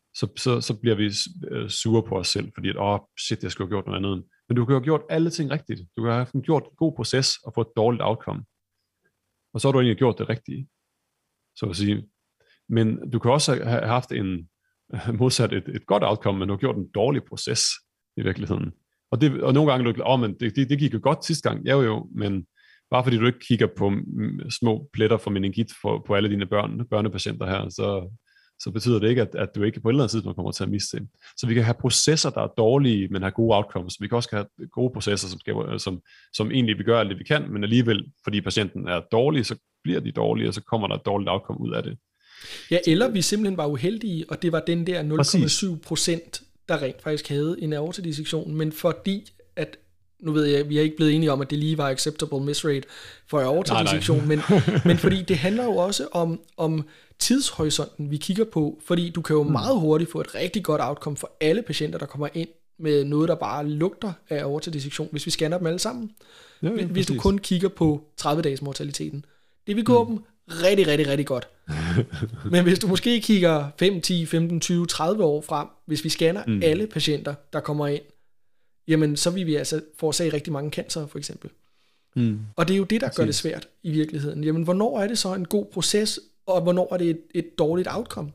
så bliver vi sure på os selv, fordi shit, jeg skulle have gjort noget andet. Men du kan jo have gjort alle ting rigtigt. Du kan have gjort en god proces og fået et dårligt outcome. Og så har du egentlig gjort det rigtige, så at sige. Men du kan også have haft modsat et godt outcome, men du har gjort en dårlig proces i virkeligheden. Og nogle gange men det gik jo godt sidste gang, jo, men bare fordi du ikke kigger på små pletter for meningit på alle dine børnepatienter her, så betyder det ikke, at du ikke på et eller andet tidspunkt kommer til at miste det. Så vi kan have processer, der er dårlige, men har gode outcomes. Vi kan også have gode processer, som egentlig vi gør alt det, vi kan, men alligevel, fordi patienten er dårlig, så bliver de dårlige, og så kommer der et dårligt outcome ud af det. Ja, eller vi simpelthen var uheldige, og det var den der 0,7%, der rent faktisk havde en aortadissektion, men fordi at, nu ved jeg, vi er ikke blevet enige om, at det lige var acceptable miss rate for aortadissektion, men fordi det handler jo også om tidshorisonten, vi kigger på, fordi du kan jo meget hurtigt få et rigtig godt outcome for alle patienter, der kommer ind med noget, der bare lugter af aortadissektion, hvis vi scanner dem alle sammen. Ja, hvis du kun kigger på 30-dages mortaliteten. Det vil gå dem rigtig, rigtig, rigtig godt. Men hvis du måske kigger 5, 10, 15, 20, 30 år frem, hvis vi scanner alle patienter, der kommer ind, jamen så vil vi altså forårsage rigtig mange cancer, for eksempel. Og det er jo det, der gør det svært i virkeligheden. Jamen, hvornår er det så en god proces, og hvornår er det et dårligt outcome?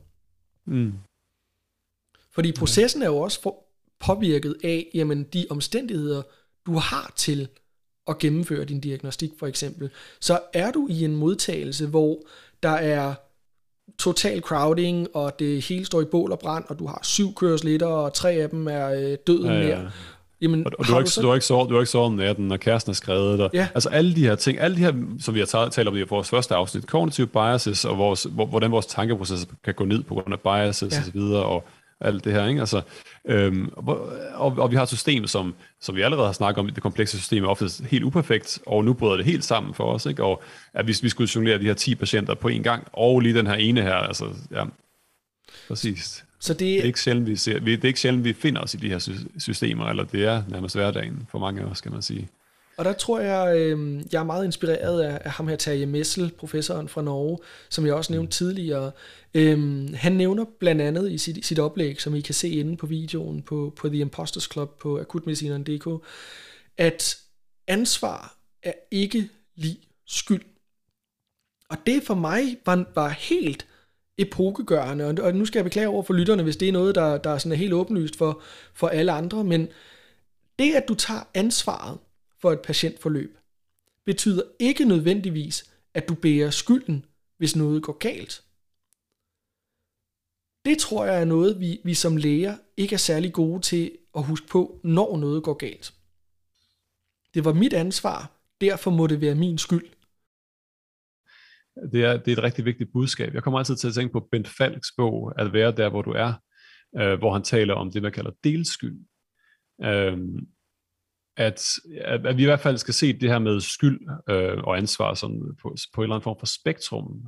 Fordi processen er jo også påvirket af, jamen, de omstændigheder, du har til at gennemføre din diagnostik, for eksempel. Så er du i en modtagelse, hvor der er total crowding, og det hele står i bål og brand, og du har 7 kørselitter, og 3 af dem er døden nær. Jamen, og du har ikke sovet om natten, når kæresten er skrevet der. Ja. Altså alle de her ting, som vi har talt om i vores første afsnit, cognitive biases, og hvordan vores tankeproces kan gå ned på grund af biases og så videre, og alt det her, ikke? Altså, og vi har et system, som vi allerede har snakket om, det komplekse system er ofte helt uperfekt, og nu bryder det helt sammen for os, ikke? Og at hvis vi skulle jonglere de her 10 patienter på en gang, og lige den her ene her, altså, ja, præcis. Så det er ikke sjældent, vi finder os i de her systemer, eller det er nærmest hverdagen for mange af os, kan man sige. Og der tror jeg er meget inspireret af ham her, Terje Messel, professoren fra Norge, som jeg også nævnte tidligere. Han nævner blandt andet i sit oplæg, som I kan se inde på videoen på The Imposters Club på akutmedicineren.dk, at ansvar er ikke lig skyld. Og det for mig var helt epokegørende, og nu skal jeg beklage over for lytterne, hvis det er noget, der sådan er helt åbenlyst for alle andre, men det, at du tager ansvaret for et patientforløb, betyder ikke nødvendigvis, at du bærer skylden, hvis noget går galt. Det tror jeg er noget, vi som læger ikke er særlig gode til at huske på, når noget går galt. Det var mit ansvar, derfor må det være min skyld. Det er et rigtig vigtigt budskab. Jeg kommer altid til at tænke på Bent Falks bog, At være der, hvor du er, hvor han taler om det, man kalder delskyld. At vi i hvert fald skal se det her med skyld og ansvar sådan på en eller anden form for spektrum,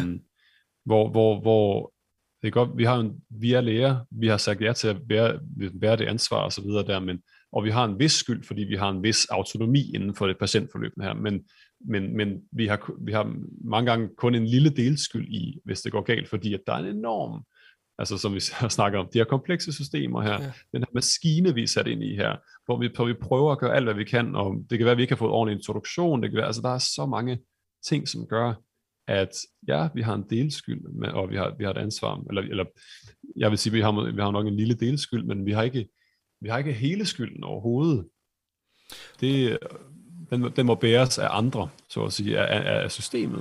hvor det er godt, vi er læger, vi har sagt ja til at være det ansvar og så videre der, og vi har en vis skyld, fordi vi har en vis autonomi inden for det patientforløb her, men vi har mange gange kun en lille delskyld i, hvis det går galt, fordi at der er en enorm, altså som vi har snakket om, de her komplekse systemer her, den her maskine, vi er sat ind i her, hvor vi prøver at gøre alt, hvad vi kan, og det kan være, at vi ikke har fået ordentlig introduktion, det kan være, altså der er så mange ting, som gør, at ja, vi har en delskyld, og vi har et ansvar, eller jeg vil sige, vi har nok en lille delskyld, men vi har ikke hele skylden overhovedet. Den må bæres af andre, så at sige, af systemet.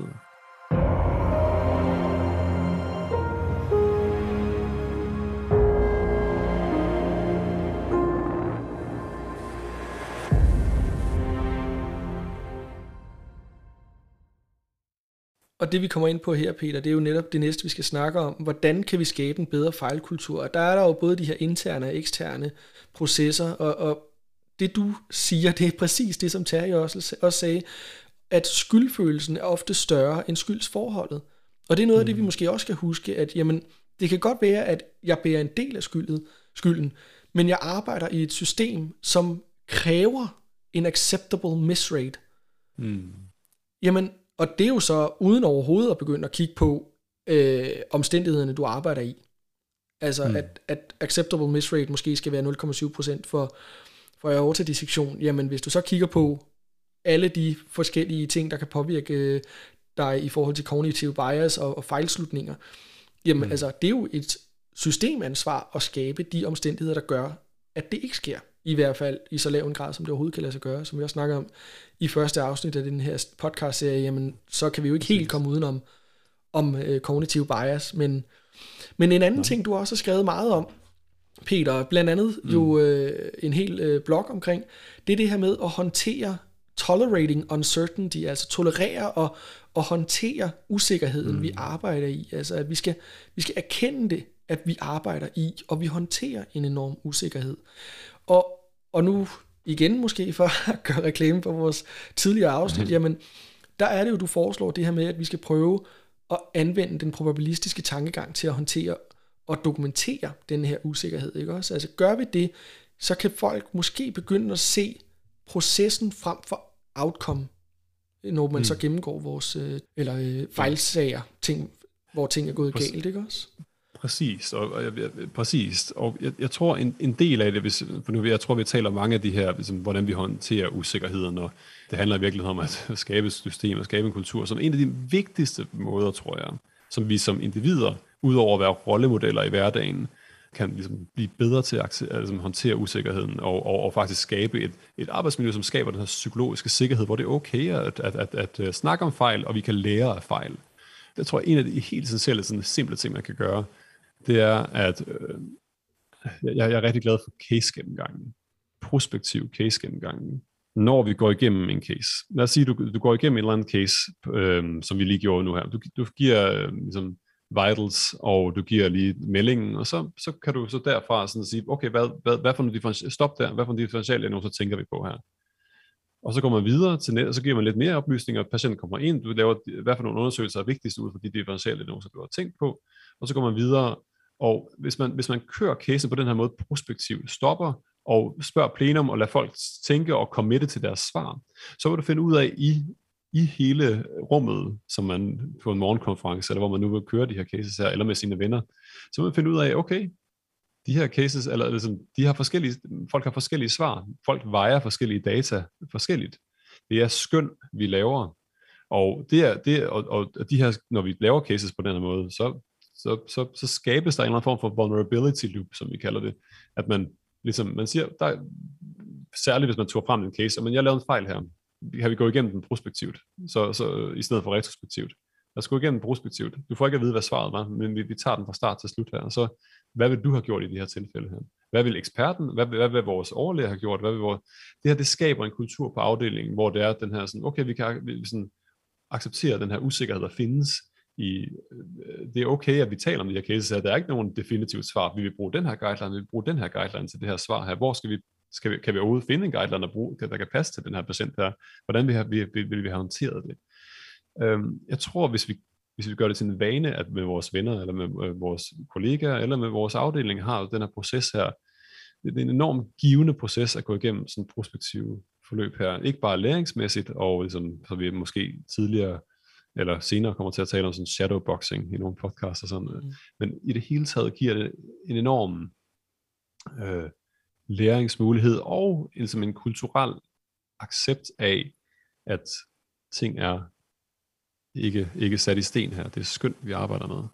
Og det vi kommer ind på her, Peter, det er jo netop det næste, vi skal snakke om. Hvordan kan vi skabe en bedre fejlkultur? Og der er der jo både de her interne og eksterne processer, og det du siger, det er præcis det, som Terje også sagde, at skyldfølelsen er ofte større end skyldsforholdet. Og det er noget af det, vi måske også skal huske, at jamen, det kan godt være, at jeg bærer en del af skylden, men jeg arbejder i et system, som kræver en acceptable miss rate. Jamen, og det er jo så uden overhovedet at begynde at kigge på omstændighederne, du arbejder i. Altså at acceptable miss rate måske skal være 0,7% for aortadissektion. Jamen hvis du så kigger på alle de forskellige ting, der kan påvirke dig i forhold til kognitiv bias og fejlslutninger, jamen altså det er jo et systemansvar at skabe de omstændigheder, der gør, at det ikke sker. I hvert fald i så lav en grad, som det overhovedet kan lade sig gøre. Som vi også snakker om i første afsnit af den her podcast-serie, jamen så kan vi jo ikke helt komme udenom om kognitiv bias. Men en anden ting, du også har skrevet meget om, Peter, blandt andet jo en hel blog omkring, det er det her med at håndtere tolerating uncertainty, altså tolerere og håndtere usikkerheden, vi arbejder i. Altså at vi skal erkende det, at vi arbejder i, og vi håndterer en enorm usikkerhed. Og nu igen måske for at gøre reklame for vores tidligere afsnit, jamen der er det jo, du foreslår det her med, at vi skal prøve at anvende den probabilistiske tankegang til at håndtere og dokumentere den her usikkerhed, ikke også? Altså gør vi det, så kan folk måske begynde at se processen frem for outcome, når man så gennemgår vores fejlsager, hvor ting er gået galt, ikke også? Præcis, og jeg tror en del af det, for nu jeg tror vi taler mange af de her, hvordan vi håndterer usikkerheden, og det handler i virkeligheden om at skabe et system og skabe en kultur, som en af de vigtigste måder, tror jeg, som vi som individer, udover at være rollemodeller i hverdagen, kan ligesom blive bedre til at håndtere usikkerheden og faktisk skabe et arbejdsmiljø, som skaber den her psykologiske sikkerhed, hvor det er okay at snakke om fejl, og vi kan lære af fejl. Det tror jeg en af de helt essentielle, sådan simple ting, man kan gøre, det er, at jeg er rigtig glad for case-gennemgangen. Prospektiv case-gennemgangen. Når vi går igennem en case. Lad os sige, du går igennem en eller anden case, som vi lige gjorde nu her. Du giver ligesom vitals, og du giver lige meldingen, og så kan du så derfra sådan sige, okay, hvad for en stop der, hvad for en differentialdiagnose tænker vi på her? Og så går man videre til net, og så giver man lidt mere oplysninger, patienten kommer ind, du laver, hvad for nogle undersøgelser er vigtigst ud for de differentialdiagnoser, du har tænkt på, og så går man videre, og hvis man kører casen på den her måde prospektivt, stopper og spørger plenum og lader folk tænke og committe til deres svar, så vil du finde ud af i hele rummet, som man på en morgenkonference, eller hvor man nu vil køre de her cases her, eller med sine venner, så vil man finde ud af, okay, de her cases, eller ligesom, folk har forskellige svar, folk vejer forskellige data forskelligt. Det er skøn, vi laver, og og de her, når vi laver cases på den her måde, så skabes der en eller anden form for vulnerability loop, som vi kalder det, at man ligesom, man siger, særligt hvis man tog frem en case, men jeg lavede en fejl her, kan vi gå igennem den prospektivt, så i stedet for retrospektivt. Lad os gå igennem prospektivt. Du får ikke at vide, hvad svaret var, men vi tager den fra start til slut her. Og så, hvad vil du have gjort i de her tilfælde her? Hvad vil eksperten? Hvad vil vores overlæger have gjort? Det her, det skaber en kultur på afdelingen, hvor det er den her sådan, okay, vi kan sådan acceptere den her usikkerhed, der findes. Det er okay, at vi taler om de her cases her. Der er ikke nogen definitivt svar. Vi vil bruge den her guideline, vi vil bruge den her guideline til det her svar her. Hvor kan vi overhovedet finde en guideline, der kan passe til den her patient her? Hvordan vil vi have håndteret det? Jeg tror, hvis vi gør det til en vane, at med vores venner, eller med vores kollegaer, eller med vores afdeling har den her proces her, det er en enormt givende proces at gå igennem sådan en prospektiv forløb her. Ikke bare læringsmæssigt, og ligesom, så vi måske tidligere eller senere kommer til at tale om sådan shadowboxing i nogle podcasts og sådan, men i det hele taget giver det en enorm læringsmulighed, og ligesom en kulturel accept af, at ting er ikke sat i sten her. Det er skønt, vi arbejder med.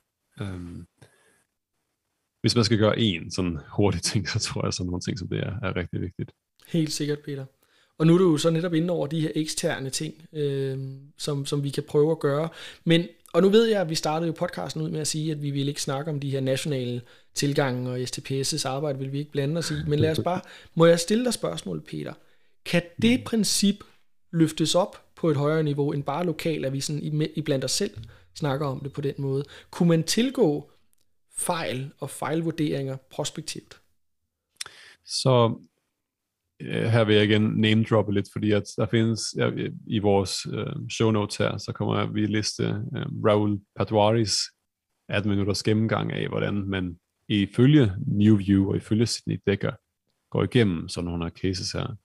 Hvis man skal gøre en sådan hurtig ting, så tror jeg, sådan nogle ting som det er rigtig vigtigt. Helt sikkert, Peter. Og nu er du jo så netop inde over de her eksterne ting, som vi kan prøve at gøre. Og nu ved jeg, at vi startede jo podcasten ud med at sige, at vi ville ikke snakke om de her nationale tilgange, og STPS' arbejde vil vi ikke blande os i. Men må jeg stille dig spørgsmål, Peter? Kan det princip løftes op på et højere niveau end bare lokalt, at vi sådan i blandt os selv snakker om det på den måde? Kunne man tilgå fejl og fejlvurderinger prospektivt? Så her vil jeg igen name droppe lidt, fordi at der findes i vores show notes her, så kommer vi liste Rahul Padwaris 18 minutters gennemgang af, hvordan man ifølge New View og ifølge Sidney Dekker går igennem sådan nogle cases her.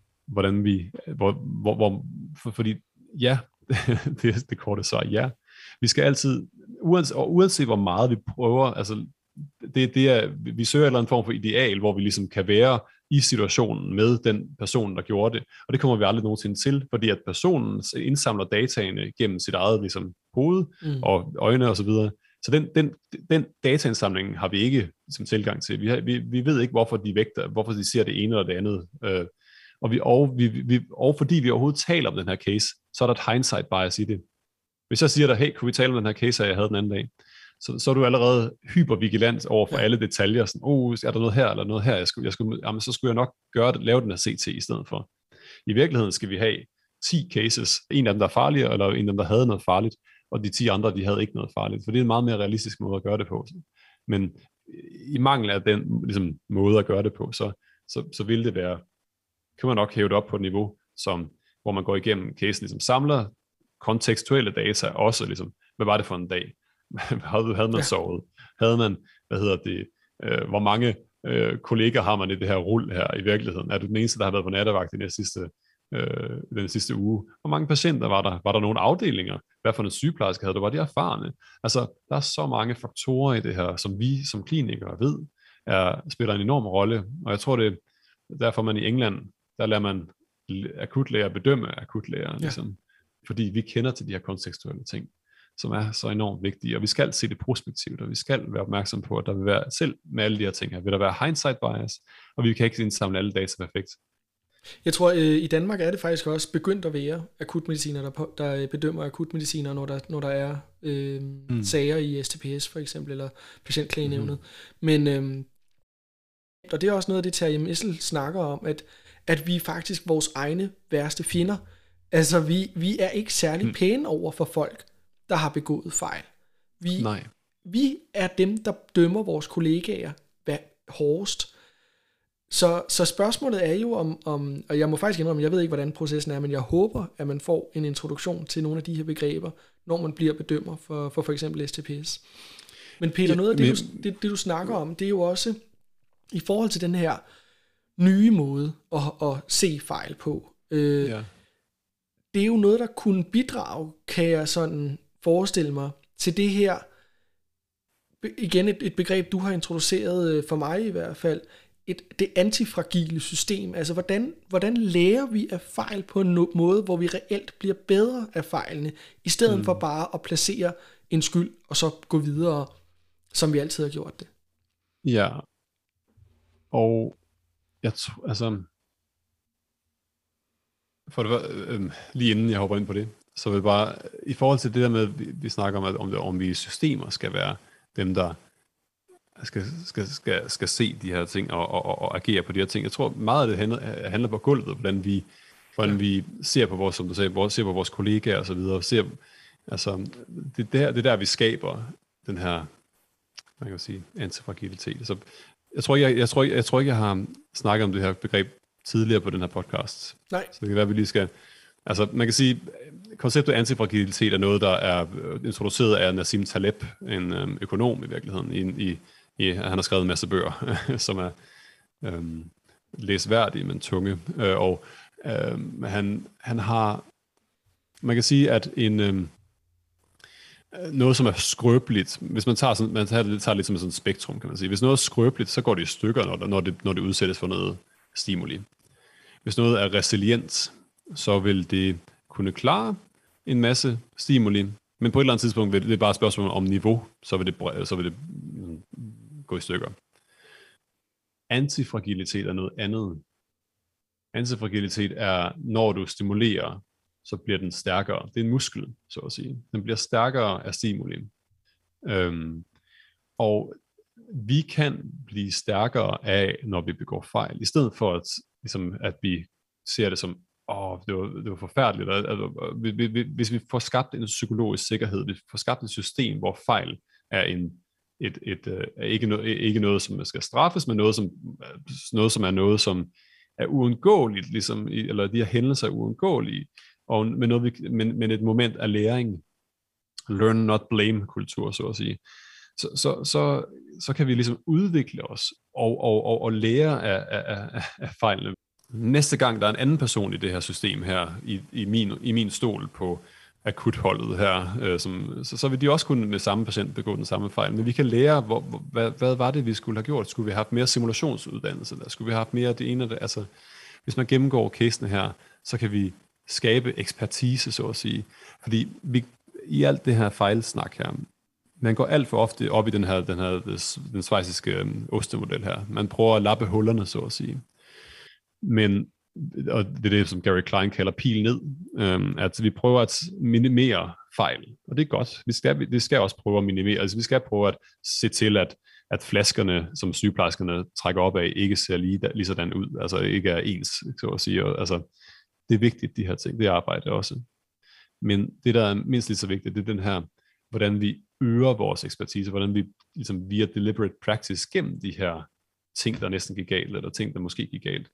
Fordi ja, det korte svar ja, vi skal altid, uanset hvor meget vi prøver, altså vi søger en eller anden form for ideal, hvor vi ligesom kan være i situationen med den person, der gjorde det. Og det kommer vi aldrig nogensinde til, fordi at personen indsamler dataene gennem sit eget ligesom, hoved og øjne og så videre. Så den dataindsamling har vi ikke som tilgang til. Vi ved ikke, hvorfor de vægter, hvorfor de siger det ene eller det andet. Og fordi vi overhovedet taler om den her case, så er der et hindsight bias i det. Hvis jeg siger dig, hey, kunne vi tale om den her case, jeg havde den anden dag, så er du allerede hypervigilant over for alle detaljer. Sådan, er der noget her eller noget her? Så skulle jeg nok lave den her CT i stedet for. I virkeligheden skal vi have 10 cases. En af dem, der er farligere, eller en af dem, der havde noget farligt, og de 10 andre, de havde ikke noget farligt. For det er en meget mere realistisk måde at gøre det på. Men i mangel af den ligesom, måde at gøre det på, så vil det være, kan man nok hæve det op på et niveau, hvor man går igennem casen, ligesom samler kontekstuelle data, også ligesom, hvad var det for en dag? Havde man sovet? Havde man, hvor mange kolleger har man i det her rul her i virkeligheden? Er du den eneste, der har været på nattevagt den sidste uge? Hvor mange patienter var der? Var der nogle afdelinger? Hvad for en sygeplejerske havde du? Var de erfarne? Altså, der er så mange faktorer i det her, som vi som klinikere ved, spiller en enorm rolle. Og jeg tror, det er derfor, man i England, der lader man akutlæger bedømme akutlæger, ligesom, fordi vi kender til de her kontekstuelle ting, som er så enormt vigtige, og vi skal se det prospektivt, og vi skal være opmærksom på, at der vil være, selv med alle de her ting her, vil der være hindsight bias, og vi kan ikke indsamle alle data perfekt. Jeg tror, i Danmark er det faktisk også begyndt at være akutmediciner, der bedømmer akutmediciner, når der er sager i STPS for eksempel, eller patientklagenævnet. Men, og det er også noget af det, Terje Messel snakker om, at vi er faktisk vores egne værste fjender. Altså, vi er ikke særlig pæne over for folk, der har begået fejl. Vi er dem, der dømmer vores kollegaer hårdest. Så spørgsmålet er jo om, og jeg må faktisk indrømme, jeg ved ikke, hvordan processen er, men jeg håber, at man får en introduktion til nogle af de her begreber, når man bliver bedømmer for eksempel STPS. Men Peter, noget af det du snakker om, det er jo også i forhold til den her nye måde at se fejl på. Det er jo noget, der kunne bidrage, kan jeg sådan forestille mig, til det her, igen et begreb, du har introduceret for mig i hvert fald, det antifragile system. Altså, hvordan lærer vi af fejl på en måde, hvor vi reelt bliver bedre af fejlene, i stedet for bare at placere en skyld, og så gå videre, som vi altid har gjort det. Ja, og jeg tror, altså, for det var, lige inden jeg hopper ind på det, så vil bare, i forhold til det der med, vi snakker om vi systemer skal være dem, der skal se de her ting og agere på de her ting. Jeg tror meget af det handler på gulvet, hvordan vi ser på vores, som du sagde, ser på vores kollegaer og så videre. Altså, det er der, vi skaber den her, man kan sige, antifragilitet. Så jeg tror ikke, jeg har snakket om det her begreb tidligere på den her podcast. Nej. Så det kan være, at vi lige skal. Altså, man kan sige, konceptet antifragilitet er noget, der er introduceret af Nassim Taleb, en økonom i virkeligheden. Han har skrevet en masse bøger, som er læsværdige, men tunge. Han har, man kan sige, at noget, som er skrøbeligt, hvis man tager lidt som sådan et spektrum, kan man sige. Hvis noget er skrøbeligt, så går det i stykker, når det udsættes for noget stimuli. Hvis noget er resilient, så vil det kunne klare en masse stimuli, men på et eller andet tidspunkt vil det bare et spørgsmål om niveau, så vil det gå i stykker. Antifragilitet er noget andet. Antifragilitet er, når du stimulerer, så bliver den stærkere. Det er en muskel, så at sige. Den bliver stærkere af stimuli. Og vi kan blive stærkere af, når vi begår fejl, i stedet for at vi ser det som, det var forfærdeligt. Hvis vi får skabt en psykologisk sikkerhed, vi får skabt et system, hvor fejl er ikke noget, som skal straffes, men noget, som er uundgåeligt, ligesom, eller de her hændelser er uundgåelige, men et moment af læring, learn not blame kultur, så at sige. Så kan vi ligesom udvikle os og lære af fejlene. Næste gang der er en anden person i det her system her, i min stol på akutholdet her, så vil de også kunne med samme patient begå den samme fejl. Men vi kan lære, hvad var det, vi skulle have gjort? Skulle vi have haft mere simulationsuddannelse? Eller skulle vi have haft mere det ene? Altså, hvis man gennemgår casene her, så kan vi skabe ekspertise, så at sige. Fordi i alt det her fejlsnak her, man går alt for ofte op i den schweiziske ostemodel her. Man prøver at lappe hullerne, så at sige. Men, og det er det, som Gary Klein kalder pil ned, at vi prøver at minimere fejl. Og det er godt. Vi skal også prøve at minimere. Altså vi skal prøve at se til, at flaskerne, som sygeplejerskerne trækker op af, ikke ser lige sådan ud. Altså ikke er ens, så at sige. Og, altså, det er vigtigt, de her ting. Det arbejder også. Men det, der er mindst lige så vigtigt, det er den her, hvordan vi øger vores ekspertise, hvordan vi ligesom via deliberate practice gennem de her ting, der næsten gik galt, eller ting, der måske gik galt,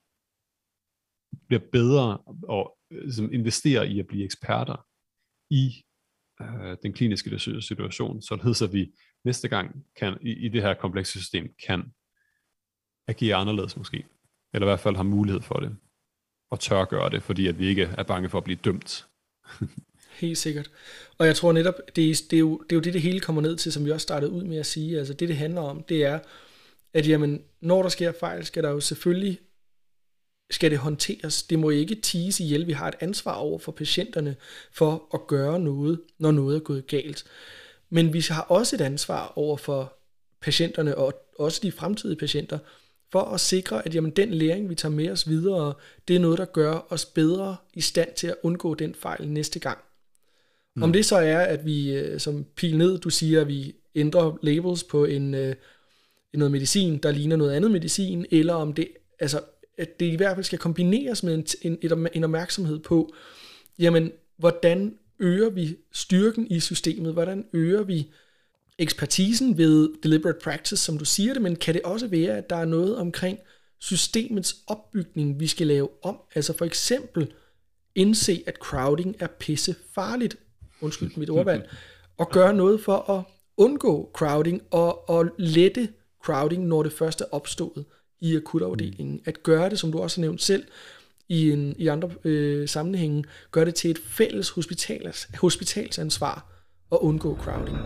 bliver bedre og ligesom investerer i at blive eksperter i den kliniske situation, således at vi næste gang kan, i det her komplekse system kan agere anderledes måske, eller i hvert fald har mulighed for det, og tør gøre det, fordi at vi ikke er bange for at blive dømt. Helt sikkert. Og jeg tror netop, det er jo det hele kommer ned til, som vi også startede ud med at sige. Altså det handler om, det er, at jamen, når der sker fejl, skal der jo selvfølgelig det håndteres. Det må ikke tiges ihjel. Vi har et ansvar over for patienterne for at gøre noget, når noget er gået galt. Men vi har også et ansvar over for patienterne, og også de fremtidige patienter, for at sikre, at jamen, den læring, vi tager med os videre, det er noget, der gør os bedre i stand til at undgå den fejl næste gang. Om det så er, at vi, som pil ned, du siger, at vi ændrer labels på noget medicin, der ligner noget andet medicin, eller om det, altså, at det i hvert fald skal kombineres med en opmærksomhed på, jamen, hvordan øger vi styrken i systemet, hvordan øger vi ekspertisen ved deliberate practice, som du siger det, men kan det også være, at der er noget omkring systemets opbygning, vi skal lave om, altså for eksempel indse, at crowding er pisse farligt, undskyld mit ordvalg, og gøre noget for at undgå crowding og lette crowding, når det først er opstået i akutafdelingen. At gøre det, som du også har nævnt selv, i andre sammenhænge, gøre det til et fælles hospitalsansvar at undgå crowding.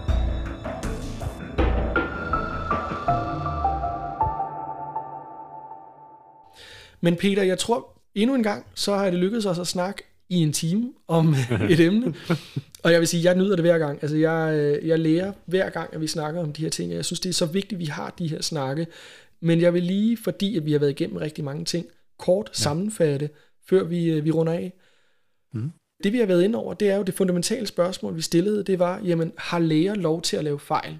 Men Peter, jeg tror endnu en gang, så har det lykkedes os at snakke i en time om et emne. Og jeg vil sige, jeg nyder det hver gang. Altså jeg lærer hver gang, at vi snakker om de her ting. Jeg synes, det er så vigtigt, at vi har de her snakke. Men jeg vil lige, fordi at vi har været igennem rigtig mange ting, kort sammenfatte, før vi runder af. Det vi har været inde over, det er jo det fundamentale spørgsmål, vi stillede. Det var, jamen, har læger lov til at lave fejl?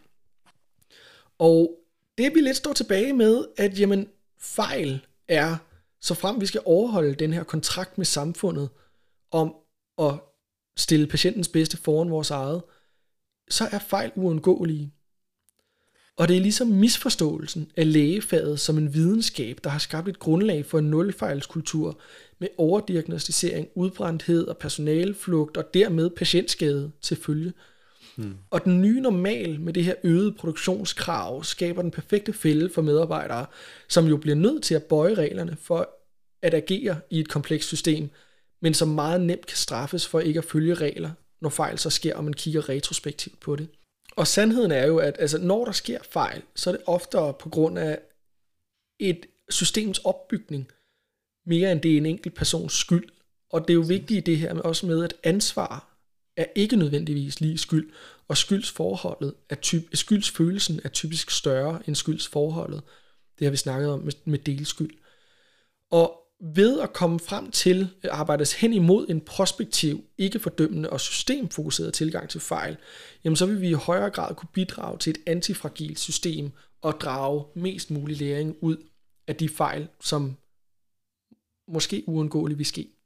Og det vi lidt står tilbage med, at jamen, fejl er, så frem vi skal overholde den her kontrakt med samfundet, om at stille patientens bedste foran vores eget, så er fejl uundgåelige. Og det er ligesom misforståelsen af lægefaget som en videnskab, der har skabt et grundlag for en nulfejlskultur med overdiagnostisering, udbrændthed og personaleflugt og dermed patientskade til følge. Og den nye normal med det her øgede produktionskrav skaber den perfekte fælde for medarbejdere, som jo bliver nødt til at bøje reglerne for at agere i et komplekst system, men som meget nemt kan straffes for ikke at følge regler, når fejl så sker, og man kigger retrospektivt på det. Og sandheden er jo, at altså, når der sker fejl, så er det oftere på grund af et systems opbygning, mere end det er en enkelt persons skyld. Og det er jo vigtigt i det her også med, at ansvar er ikke nødvendigvis lige skyld, og skyldsfølelsen er typisk større end skyldsforholdet. Det har vi snakket om med delskyld. Og ved at komme frem til at arbejdes hen imod en prospektiv, ikke fordømmende og systemfokuseret tilgang til fejl, jamen så vil vi i højere grad kunne bidrage til et antifragilt system og drage mest mulig læring ud af de fejl, som måske uundgåeligt vil ske.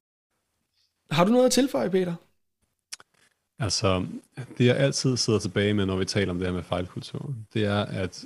Har du noget at tilføje, Peter? Altså, det jeg altid sidder tilbage med, når vi taler om det her med fejlkultur, det er, at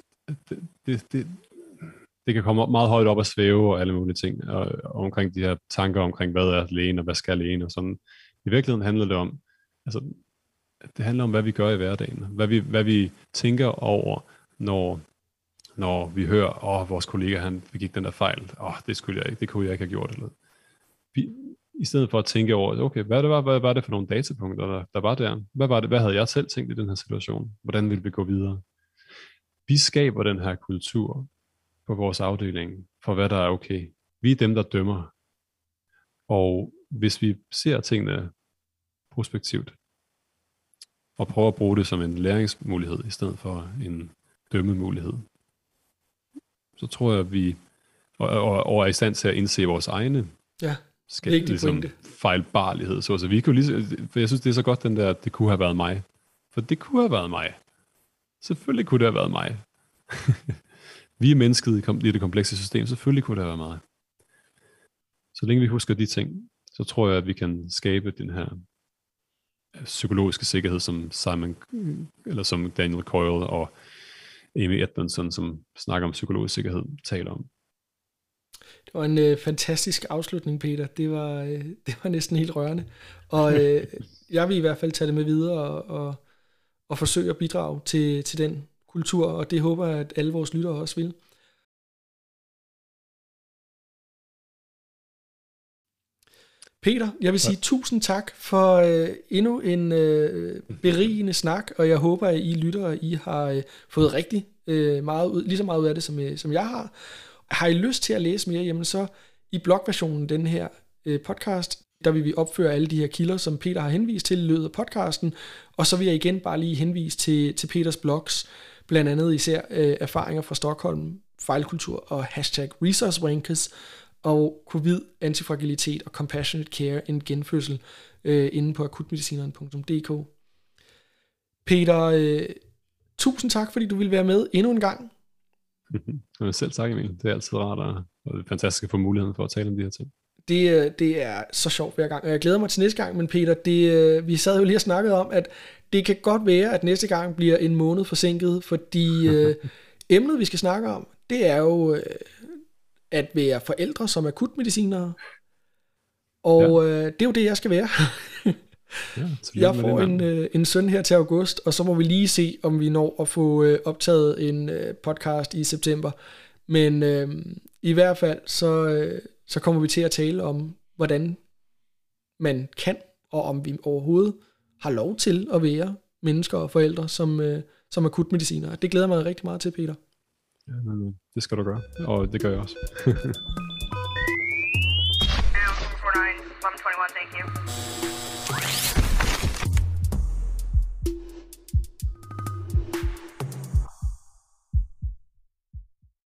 det kan komme meget højt op at svæve og alle mulige ting, og omkring de her tanker omkring, hvad er lægen, og hvad skal lægen, og sådan. I virkeligheden handler det om, altså, det handler om, hvad vi gør i hverdagen, hvad vi tænker over, når vi hører, vores kollega, han begik den der fejl, det skulle jeg ikke, det kunne jeg ikke have gjort, eller i stedet for at tænke over, okay, hvad var det for nogle datapunkter, der var der? Hvad havde jeg selv tænkt i den her situation? Hvordan ville vi gå videre? Vi skaber den her kultur på vores afdeling, for hvad der er okay. Vi er dem, der dømmer. Og hvis vi ser tingene prospektivt, og prøver at bruge det som en læringsmulighed, i stedet for en dømmemulighed, så tror jeg, at vi og er i stand til at indse vores egne ligesom, fejlbarlighed. Så vi kunne for jeg synes, det er så godt, den der, det kunne have været mig. For det kunne have været mig. Selvfølgelig kunne det have været mig. Vi er mennesket i det komplekse system. Selvfølgelig kunne det have været mig. Så længe vi husker de ting, så tror jeg, at vi kan skabe den her psykologiske sikkerhed, som Daniel Coyle og Amy Edmondson, som snakker om psykologisk sikkerhed, taler om. Det var en fantastisk afslutning, Peter. Det var næsten helt rørende. Og jeg vil i hvert fald tage det med videre og forsøge at bidrage til den kultur, og det håber jeg, at alle vores lyttere også vil. Peter, jeg vil sige tusind tak for endnu en berigende snak, og jeg håber, at I lyttere, I har fået rigtig lige så meget ud af det, som jeg har. Har I lyst til at læse mere, jamen så i blogversionen den her podcast, der vil vi opføre alle de her kilder, som Peter har henvist til i løbet af podcasten, og så vil jeg igen bare lige henvise til Peters blogs, blandt andet især erfaringer fra Stockholm, fejlkultur og #resourcewankers, og covid, antifragilitet og compassionate care, en genfødsel inde på akutmedicineren.dk. Peter, tusind tak, fordi du ville være med endnu en gang. Selv tak, Emil. Det er altid rart, og det er fantastisk at få muligheden for at tale om de her ting. Det er så sjovt hver gang, og jeg glæder mig til næste gang, men Peter, vi sad jo lige og snakkede om, at det kan godt være, at næste gang bliver en måned forsinket, fordi emnet, vi skal snakke om, det er jo at være forældre som akutmedicinere, og det er jo det, jeg skal være. Jeg får en søn her til august, og så må vi lige se, om vi når at få optaget en podcast i september. Men i hvert fald, så kommer vi til at tale om, hvordan man kan, og om vi overhovedet har lov til at være mennesker og forældre som akutmedicinere. Det glæder mig rigtig meget til, Peter. Ja, det skal du gøre, og det gør jeg også. 49, 1121, thank you.